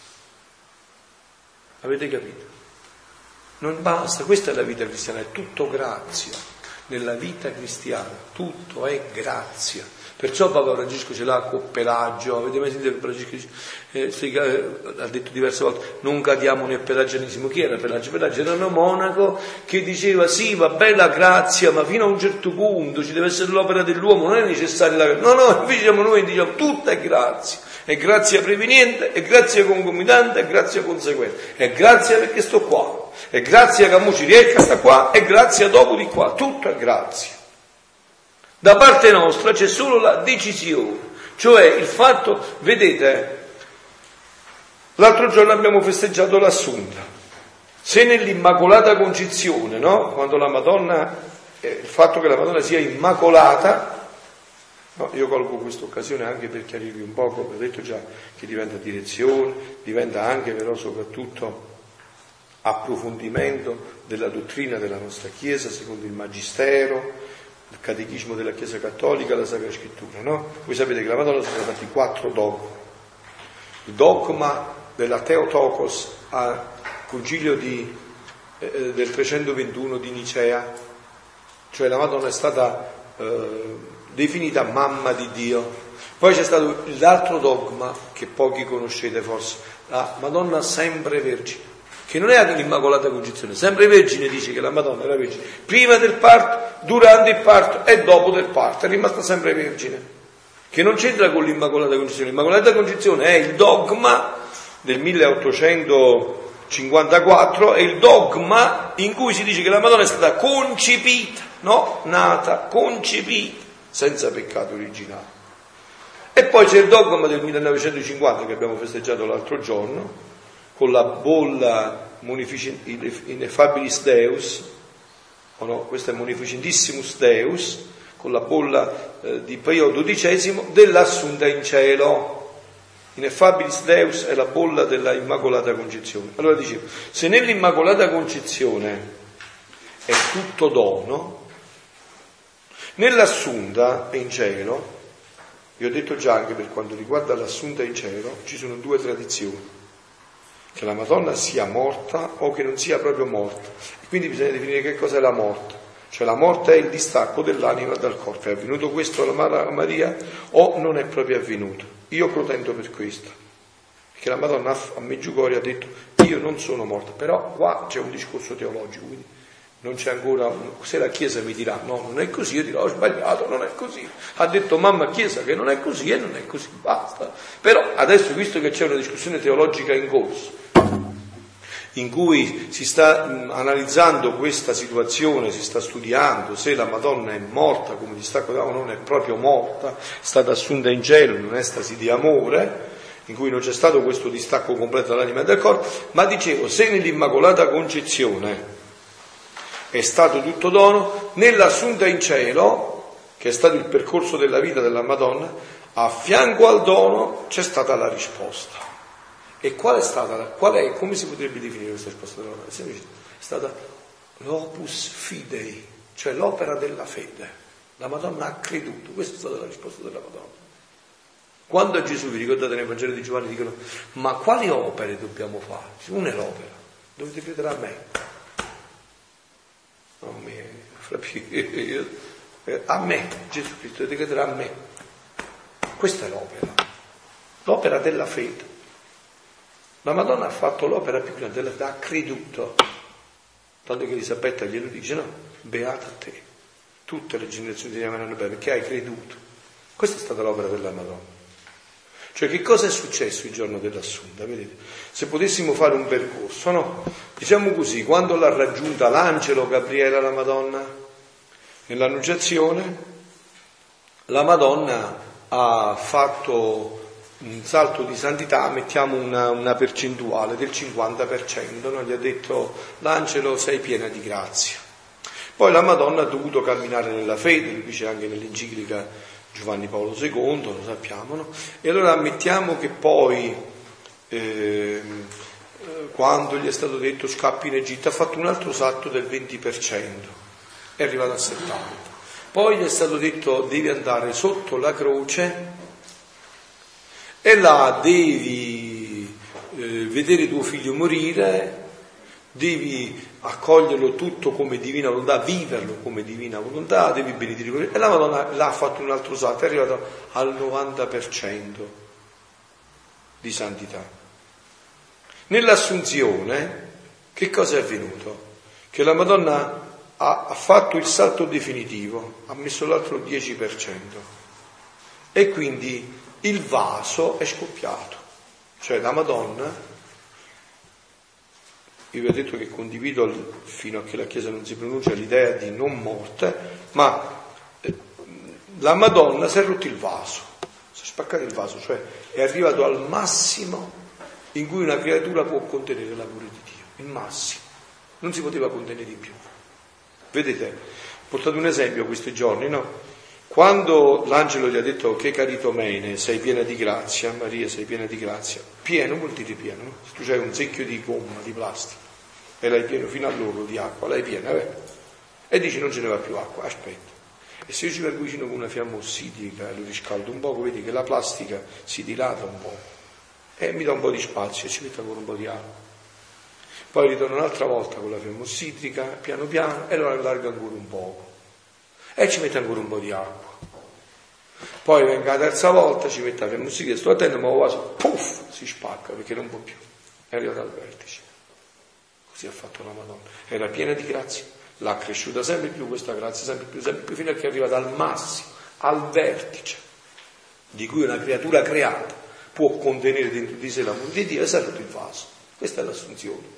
Avete capito? Non basta, questa è la vita cristiana, è tutto grazia. Nella vita cristiana tutto è grazia. Perciò Papa Francesco ce l'ha con Pelagio. Avete mai sentito che Francesco ha detto diverse volte non cadiamo nel pelagianesimo? Chi era Pelagio? Pelagio era un monaco che diceva sì, va bene la grazia, ma fino a un certo punto ci deve essere l'opera dell'uomo, non è necessaria la grazia. No, invece noi diciamo tutta è grazia. È grazia preveniente, è grazia concomitante, è grazia conseguente. È grazia perché sto qua. È grazia che mo ci riesca sta qua, è grazia dopo di qua, tutto è grazia. Da parte nostra c'è solo la decisione, cioè il fatto, vedete, l'altro giorno abbiamo festeggiato l'Assunta. Se nell'Immacolata Concezione, no? Quando la Madonna, il fatto che la Madonna sia immacolata, no? Io colgo questa occasione anche per chiarirvi un poco, ho detto già che diventa direzione, diventa anche però soprattutto approfondimento della dottrina della nostra Chiesa secondo il Magistero, il Catechismo della Chiesa Cattolica, la Sacra Scrittura, no? Voi sapete che la Madonna sono stati 4 dogmi. Il dogma della Theotokos al Concilio del 321 di Nicea, cioè la Madonna è stata definita mamma di Dio. Poi c'è stato l'altro dogma che pochi conoscete forse, la Madonna sempre Vergine. che non è l'Immacolata Concezione, sempre Vergine dice che la Madonna era Vergine prima del parto, durante il parto e dopo del parto, è rimasta sempre Vergine, che non c'entra con l'Immacolata Concezione. L'Immacolata Concezione è il dogma del 1854, è il dogma in cui si dice che la Madonna è stata concepita, no? Nata, concepita, senza peccato originale. E poi c'è il dogma del 1950 che abbiamo festeggiato l'altro giorno, con la bolla Ineffabilis Deus, o no, questo è Munificentissimus Deus, con la bolla di Pio XII dell'Assunta in cielo. Ineffabilis Deus è la bolla della Immacolata Concezione. Allora dicevo, se nell'Immacolata Concezione è tutto dono, nell'Assunta in cielo, vi ho detto già anche per quanto riguarda l'Assunta in cielo, ci sono due tradizioni: che la Madonna sia morta o che non sia proprio morta. E quindi bisogna definire che cosa è la morte. Cioè la morte è il distacco dell'anima dal corpo. È avvenuto questo alla Maria o non è proprio avvenuto? Io protendo per questo, perché la Madonna a Medjugorje ha detto: io non sono morta. Però qua c'è un discorso teologico, quindi non c'è ancora se la Chiesa mi dirà no, non è così, io dirò ho sbagliato, non è così. Ha detto mamma Chiesa che non è così e non è così, basta. Però adesso, visto che c'è una discussione teologica in corso, in cui si sta analizzando questa situazione, si sta studiando se la Madonna è morta come distacco o non è proprio morta, è stata assunta in cielo in un'estasi di amore, in cui non c'è stato questo distacco completo dall'anima e dal corpo. Ma dicevo, se nell'Immacolata Concezione è stato tutto dono, nell'Assunta in cielo, che è stato il percorso della vita della Madonna, a fianco al dono c'è stata la risposta. E qual è stata? Come si potrebbe definire questa risposta della Madonna? È stata l'opus fidei, cioè l'opera della fede. La Madonna ha creduto, questa è stata la risposta della Madonna. Quando a Gesù, vi ricordate nel Vangelo di Giovanni, dicono: ma quali opere dobbiamo fare? Una è l'opera, dovete credere a me. A me, Gesù Cristo, dovete credere a me. Questa è l'opera della fede. La Madonna ha fatto l'opera più grande, ha creduto, tanto che Elisabetta glielo dice: no, beata te, tutte le generazioni ti chiameranno beata perché hai creduto. Questa è stata l'opera della Madonna. Cioè, che cosa è successo il giorno dell'Assunta? Vedete, se potessimo fare un percorso, no? Diciamo così, quando l'ha raggiunta l'angelo Gabriele alla Madonna nell'annunciazione, la Madonna ha fatto un salto di santità, mettiamo una percentuale del 50%, no? Gli ha detto l'angelo: sei piena di grazia. Poi la Madonna ha dovuto camminare nella fede, lo dice anche nell'enciclica Giovanni Paolo II, lo sappiamo, no? E allora ammettiamo che poi, quando gli è stato detto scappi in Egitto, ha fatto un altro salto del 20%, è arrivato a 70%. Poi gli è stato detto devi andare sotto la croce e là devi vedere tuo figlio morire, devi accoglierlo tutto come divina volontà, viverlo come divina volontà, devi benedire. E la Madonna l'ha fatto un altro salto, è arrivato al 90% di santità. Nell'Assunzione che cosa è avvenuto? Che la Madonna ha fatto il salto definitivo, ha messo l'altro 10% e quindi il vaso è scoppiato. Cioè la Madonna, io vi ho detto che condivido fino a che la Chiesa non si pronuncia l'idea di non morte, ma la Madonna si è rotto il vaso, si è spaccato il vaso, cioè è arrivato al massimo in cui una creatura può contenere l'amore di Dio, il massimo, non si poteva contenere di più. Vedete, ho portato un esempio questi giorni, no? Quando l'angelo gli ha detto che caritomene, sei piena di grazia, Maria sei piena di grazia, pieno vuol dire pieno, no? Se tu c'hai un secchio di gomma, di plastica, e l'hai pieno fino all'orlo di acqua, l'hai piena, e dici non ce ne va più acqua, aspetta. E se io ci vengo vicino con una fiamma ossidrica e lo riscaldo un poco, vedi che la plastica si dilata un po', e mi dà un po' di spazio e ci metto ancora un po' di acqua. Poi ritorno un'altra volta con la fiamma ossidrica, piano piano, e lo allargo ancora un poco. E ci mette ancora un po' di acqua. Poi venga la terza volta, ci mette la fiamma ossidrica, sto attento, ma il vaso, puff, si spacca perché non può più. È arrivato al vertice. Così ha fatto la Madonna. Era piena di grazia, l'ha cresciuta sempre più questa grazia, sempre più, fino a che è arrivata al massimo, al vertice, di cui una creatura creata può contenere dentro di sé l'amore di Dio, e sarà il vaso. Questa è l'assunzione.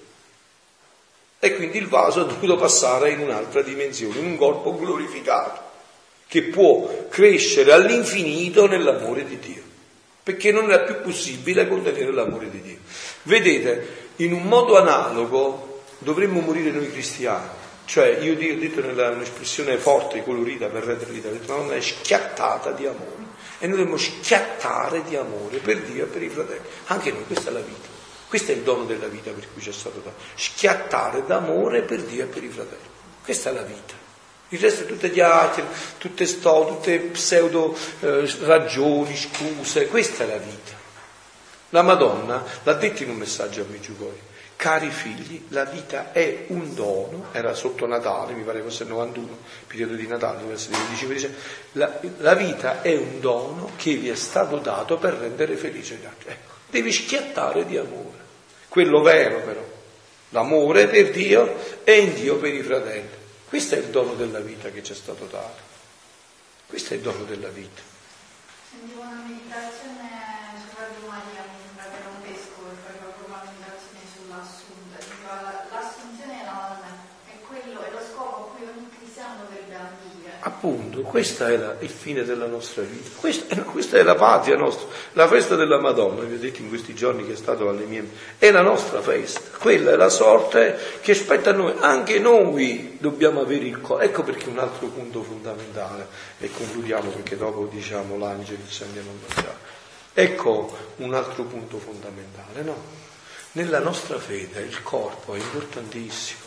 E quindi il vaso ha dovuto passare in un'altra dimensione, in un corpo glorificato, che può crescere all'infinito nell'amore di Dio, perché non era più possibile contenere l'amore di Dio. Vedete, in un modo analogo dovremmo morire noi cristiani, cioè io ho detto un'espressione forte, colorita per rendere l'idea, la donna è schiattata di amore, e noi dobbiamo schiattare di amore per Dio e per i fratelli, anche noi. Questa è la vita, questo è il dono della vita per cui ci è stato dato, schiattare d'amore per Dio e per i fratelli. Questa è la vita. Il resto è tutte chiacchiere, tutte pseudo ragioni, scuse. Questa è la vita. La Madonna l'ha detto in un messaggio a Meggiugorje: cari figli, la vita è un dono. Era sotto Natale, mi pare fosse il 91, periodo di Natale, deve essere il 15 dicembre. La vita è un dono che vi è stato dato per rendere felice gli altri. Ecco, devi schiattare di amore, quello vero però, l'amore per Dio e in Dio per i fratelli. Questo è il dono della vita che ci è stato dato. Questo è il dono della vita. Sentivo una meditazione su Radio Maria, mi sembra che era un vescovo che faceva proprio una meditazione sull'assunta. L'assunzione della Madonna è quello, è lo scopo a cui ogni cristiano dovrebbe ambire. Appunto, questo è il fine della nostra vita. Questa è la patria nostra. La festa della Madonna, vi ho detto in questi giorni che è stato alle mie, è la nostra festa. Quella è la sorte che aspetta a noi. Anche noi dobbiamo avere il cuore. Ecco perché un altro punto fondamentale, e concludiamo perché dopo diciamo l'Angelus andiamo a mangiare. Ecco un altro punto fondamentale, no? Nella nostra fede il corpo è importantissimo.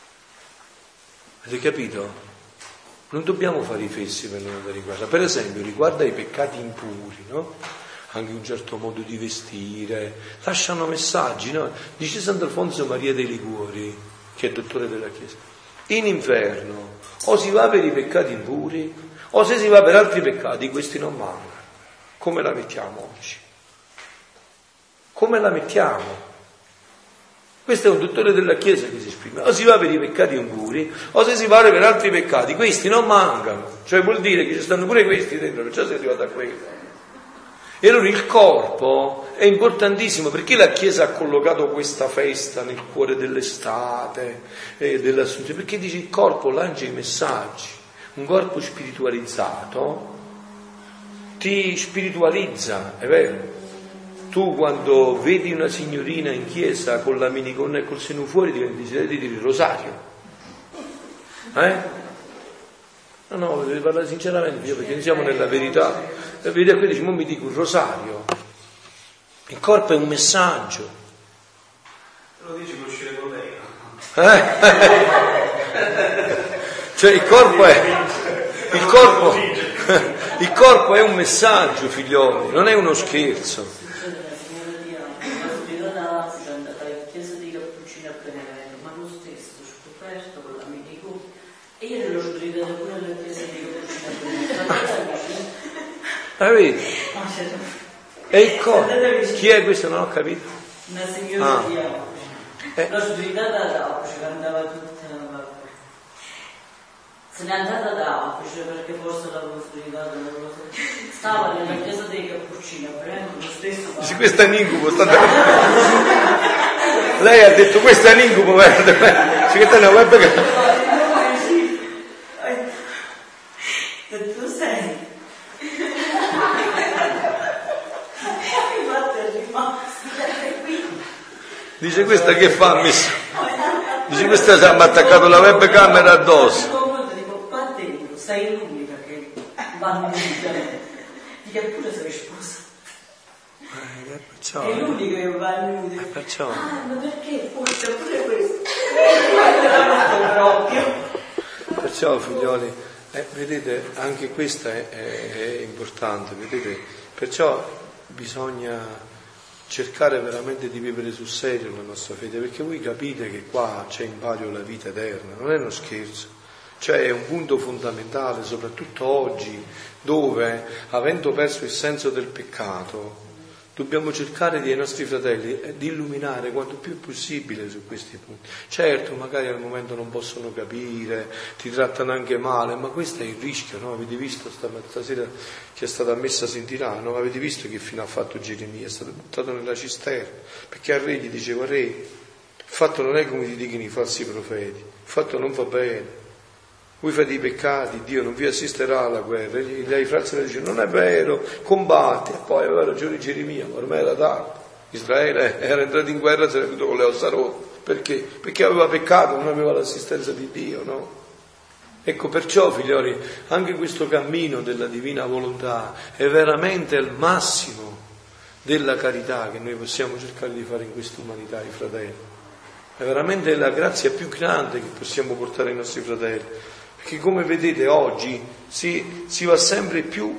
Avete capito? Non dobbiamo fare i fessi per non andare in guerra. Per esempio, riguardo ai peccati impuri, no? Anche un certo modo di vestire, lasciano messaggi, no? Dice Sant'Alfonso Maria dei Liguori, che è dottore della Chiesa: in inferno o si va per i peccati impuri, o se si va per altri peccati, questi non mancano. Come la mettiamo oggi? Come la mettiamo? Questo è un dottore della Chiesa che si esprime: o si va per i peccati impuri, o se si va per altri peccati, questi non mancano. Cioè vuol dire che ci stanno pure questi dentro, perciò si è arrivato a quello. E allora il corpo è importantissimo. Perché la Chiesa ha collocato questa festa nel cuore dell'estate e dell'assunzione? Perché dice il corpo lancia i messaggi. Un corpo spiritualizzato ti spiritualizza, è vero. Tu quando vedi una signorina in chiesa con la minigonna e col seno fuori ti desideri di dire il rosario. No, devi parlare sinceramente, perché noi siamo nella verità. E vedi a quelli dici: mo mi dico il rosario. Il corpo è un messaggio. Lo dici per uscire con lei? Cioè il corpo è un messaggio, figlioli, non è uno scherzo. E io nello sbrigato pure alla chiesa di Vedi? E il corpo? Chi è questo? Non ho capito. Una signora di Apuci. L'ho sbrigata ad Apuci, che andava tutta. Se n'è andata da Apuci perché forse l'avevo sbrigata, non lo so. Stava nella chiesa dei Cappuccini a prendere lo stesso. Sì, questo è un incubo. Lei ha detto: questo è un incubo, guarda. Sì, che è una web che. Tu sei. Dice: questa che fa? Dice: questa si è attaccato la webcamera addosso. Dico: Patteino, sei l'unica che va a dica pure sei sposa. Perciò, è l'unica che va a nude. Perciò. Ma perché? Forse pure questo. Perciò, figlioli, vedete, anche questa è importante, vedete, perciò bisogna cercare veramente di vivere sul serio la nostra fede, perché voi capite che qua c'è in palio la vita eterna, non è uno scherzo, cioè è un punto fondamentale, soprattutto oggi, dove, avendo perso il senso del peccato, Dobbiamo cercare ai nostri fratelli di illuminare quanto più possibile su questi punti. Certo, magari al momento non possono capire, ti trattano anche male, ma questo è il rischio, no? Avete visto stasera chi è stato a messa sentirà, no? Avete visto che fine ha fatto Geremia? È stato buttato nella cisterna, perché al re gli diceva: re, il fatto non è come ti dicono i falsi profeti, il fatto non va bene. Voi fate i peccati, Dio non vi assisterà alla guerra. E i fratelli le dicono: non è vero, combatti. E poi aveva ragione Geremia, ma ormai era tardi. Israele era entrato in guerra, si era venuto con le ossa rotte. Perché? Perché aveva peccato, non aveva l'assistenza di Dio, no? Ecco, perciò, figlioli, anche questo cammino della divina volontà è veramente il massimo della carità che noi possiamo cercare di fare in questa umanità, i fratelli. È veramente la grazia più grande che possiamo portare ai nostri fratelli. Perché come vedete oggi si va sempre più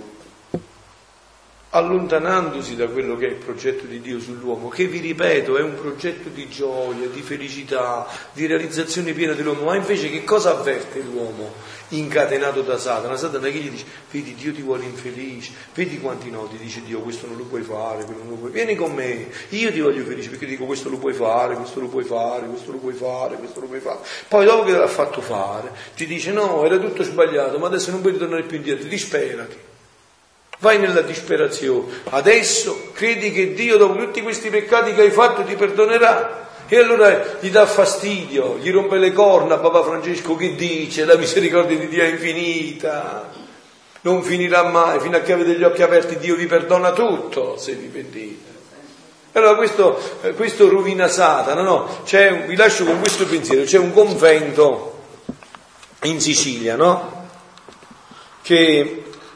allontanandosi da quello che è il progetto di Dio sull'uomo, che vi ripeto è un progetto di gioia, di felicità, di realizzazione piena dell'uomo. Ma invece che cosa avverte l'uomo incatenato da Satana? Satana che gli dice: vedi, Dio ti vuole infelice, vedi quanti no, ti dice Dio, questo non lo puoi fare, quello non lo puoi, vieni con me, io ti voglio felice, perché dico questo lo puoi fare, questo lo puoi fare, questo lo puoi fare, questo lo puoi fare. Poi dopo che te l'ha fatto fare ti dice: no, era tutto sbagliato, ma adesso non puoi tornare più indietro, disperati. Vai nella disperazione, adesso credi che Dio dopo tutti questi peccati che hai fatto ti perdonerà. E allora gli dà fastidio, gli rompe le corna Papa Francesco, che dice: la misericordia di Dio è infinita, non finirà mai, fino a che avete gli occhi aperti Dio vi perdona tutto se vi pentite. Allora questo rovina Satana, no? Vi lascio con questo pensiero. C'è un convento in Sicilia, no? Che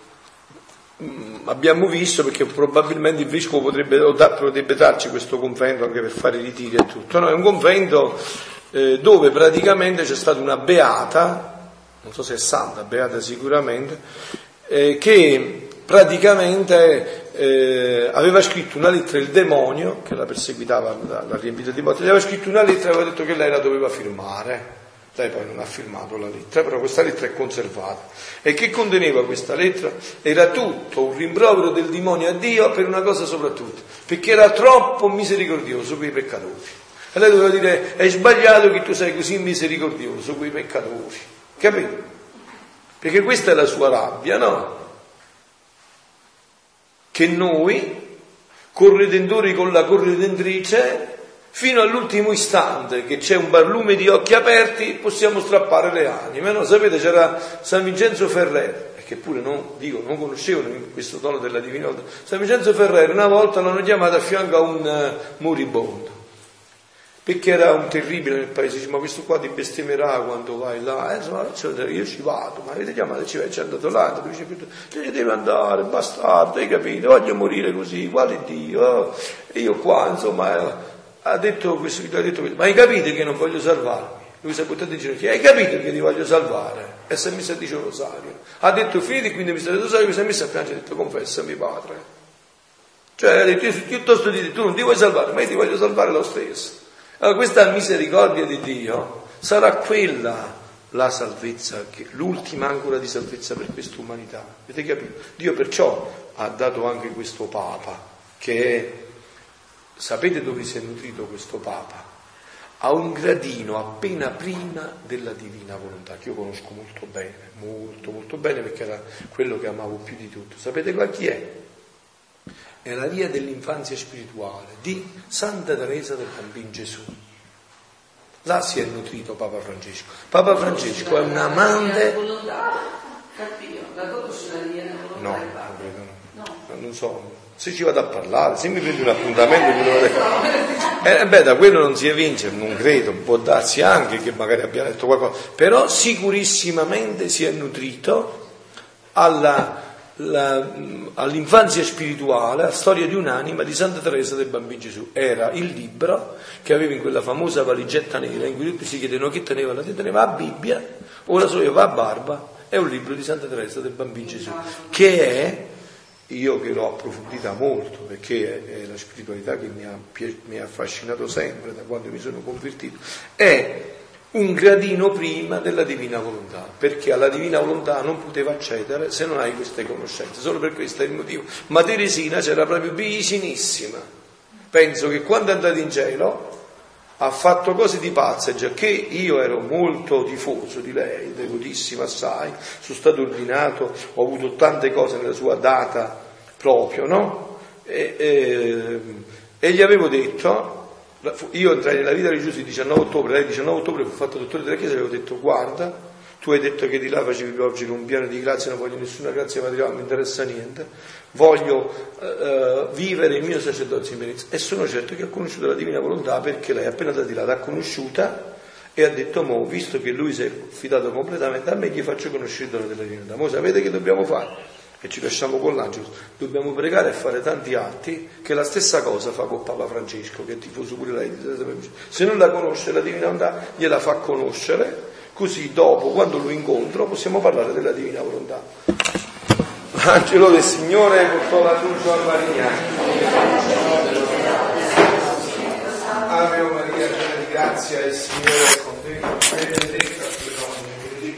abbiamo visto, perché probabilmente il vescovo potrebbe darci questo convento anche per fare ritiri e tutto, no? È un convento dove praticamente c'è stata una beata, non so se è santa, beata sicuramente, che praticamente aveva scritto una lettera, il demonio che la perseguitava, la riempita di botte, gli aveva scritto una lettera e aveva detto che lei la doveva firmare. Lei poi non ha firmato la lettera, però questa lettera è conservata. E che conteneva questa lettera? Era tutto un rimprovero del demonio a Dio per una cosa soprattutto, perché era troppo misericordioso quei peccatori. E lei doveva dire: è sbagliato che tu sei così misericordioso quei peccatori. Capito? Perché questa è la sua rabbia, no? Che noi, corredentori con la corredentrice, fino all'ultimo istante che c'è un barlume di occhi aperti, possiamo strappare le anime, no? Sapete, c'era San Vincenzo Ferrer, che pure non conoscevano questo dono della divina volontà. San Vincenzo Ferrer una volta l'hanno chiamato a fianco a un moribondo, perché era un terribile nel paese. Dice: ma questo qua ti bestemmierà quando vai là. Io ci vado, ma avete chiamato, ci è andato là, dice: devi andare, bastardo, hai capito, voglio morire così, quale Dio, e io qua, insomma. Ha detto questo, ma hai capito che non voglio salvarmi? Lui si è buttato in ginocchio: hai capito che ti voglio salvare? E si è messo a dire il rosario. Ha detto: finiti quindi mi state rosario, si è messo a piangere e ha detto: confessami, padre. Cioè ha detto: io piuttosto di te, tu non ti vuoi salvare, ma io ti voglio salvare lo stesso. Allora questa misericordia di Dio sarà quella la salvezza, l'ultima ancora di salvezza per questa umanità. Avete capito? Dio perciò ha dato anche questo Papa, che è, sapete dove si è nutrito questo Papa? A un gradino appena prima della divina volontà, che io conosco molto bene, molto molto bene, perché era quello che amavo più di tutto. Sapete qua chi è? È la via dell'infanzia spirituale di Santa Teresa del Bambino Gesù. Là si è nutrito Papa Francesco. Papa Francesco è un amante. No, non credo, no. Non so. Se ci vado a parlare, se mi prendi un appuntamento, da quello non si evince, non credo, può darsi anche che magari abbia letto qualcosa, però sicurissimamente si è nutrito all'infanzia spirituale, alla storia di un'anima di Santa Teresa del Bambino Gesù. Era il libro che aveva in quella famosa valigetta nera in cui tutti si chiedevano chi teneva la Bibbia o la sua barba. È un libro di Santa Teresa del Bambino Gesù, che è, io che l'ho approfondita molto, perché è la spiritualità che mi ha affascinato sempre da quando mi sono convertito, è un gradino prima della divina volontà, perché alla divina volontà non poteva accedere se non hai queste conoscenze. Solo per questo è il motivo. Ma Teresina c'era proprio vicinissima. Penso che quando è andata in cielo ha fatto cose di pazze, già che io ero molto tifoso di lei, devotissima assai, sono stato ordinato, ho avuto tante cose nella sua data proprio, no? E gli avevo detto, io entrai nella vita religiosa il 19 ottobre, lei il 19 ottobre fu fatto dottore della Chiesa, avevo detto guarda, tu hai detto che di là facevi piovere un piano di grazia, non voglio nessuna grazia materiale, non mi interessa niente, voglio vivere il mio sacerdozio in Venezia, e sono certo che ho conosciuto la divina volontà, perché lei appena da di là l'ha conosciuta e ha detto mo, visto che lui si è affidato completamente a me, gli faccio conoscere il dono della divinità. Mo sapete che dobbiamo fare? E ci lasciamo con l'angelo, dobbiamo pregare e fare tanti atti, che la stessa cosa fa con Papa Francesco, che è tifoso pure lei, se non la conosce la divina volontà gliela fa conoscere, così dopo quando lo incontro possiamo parlare della divina volontà. L'angelo del Signore portò l'annuncio a Maria. Ave Maria, piena di grazia, il Signore è con te, benedetta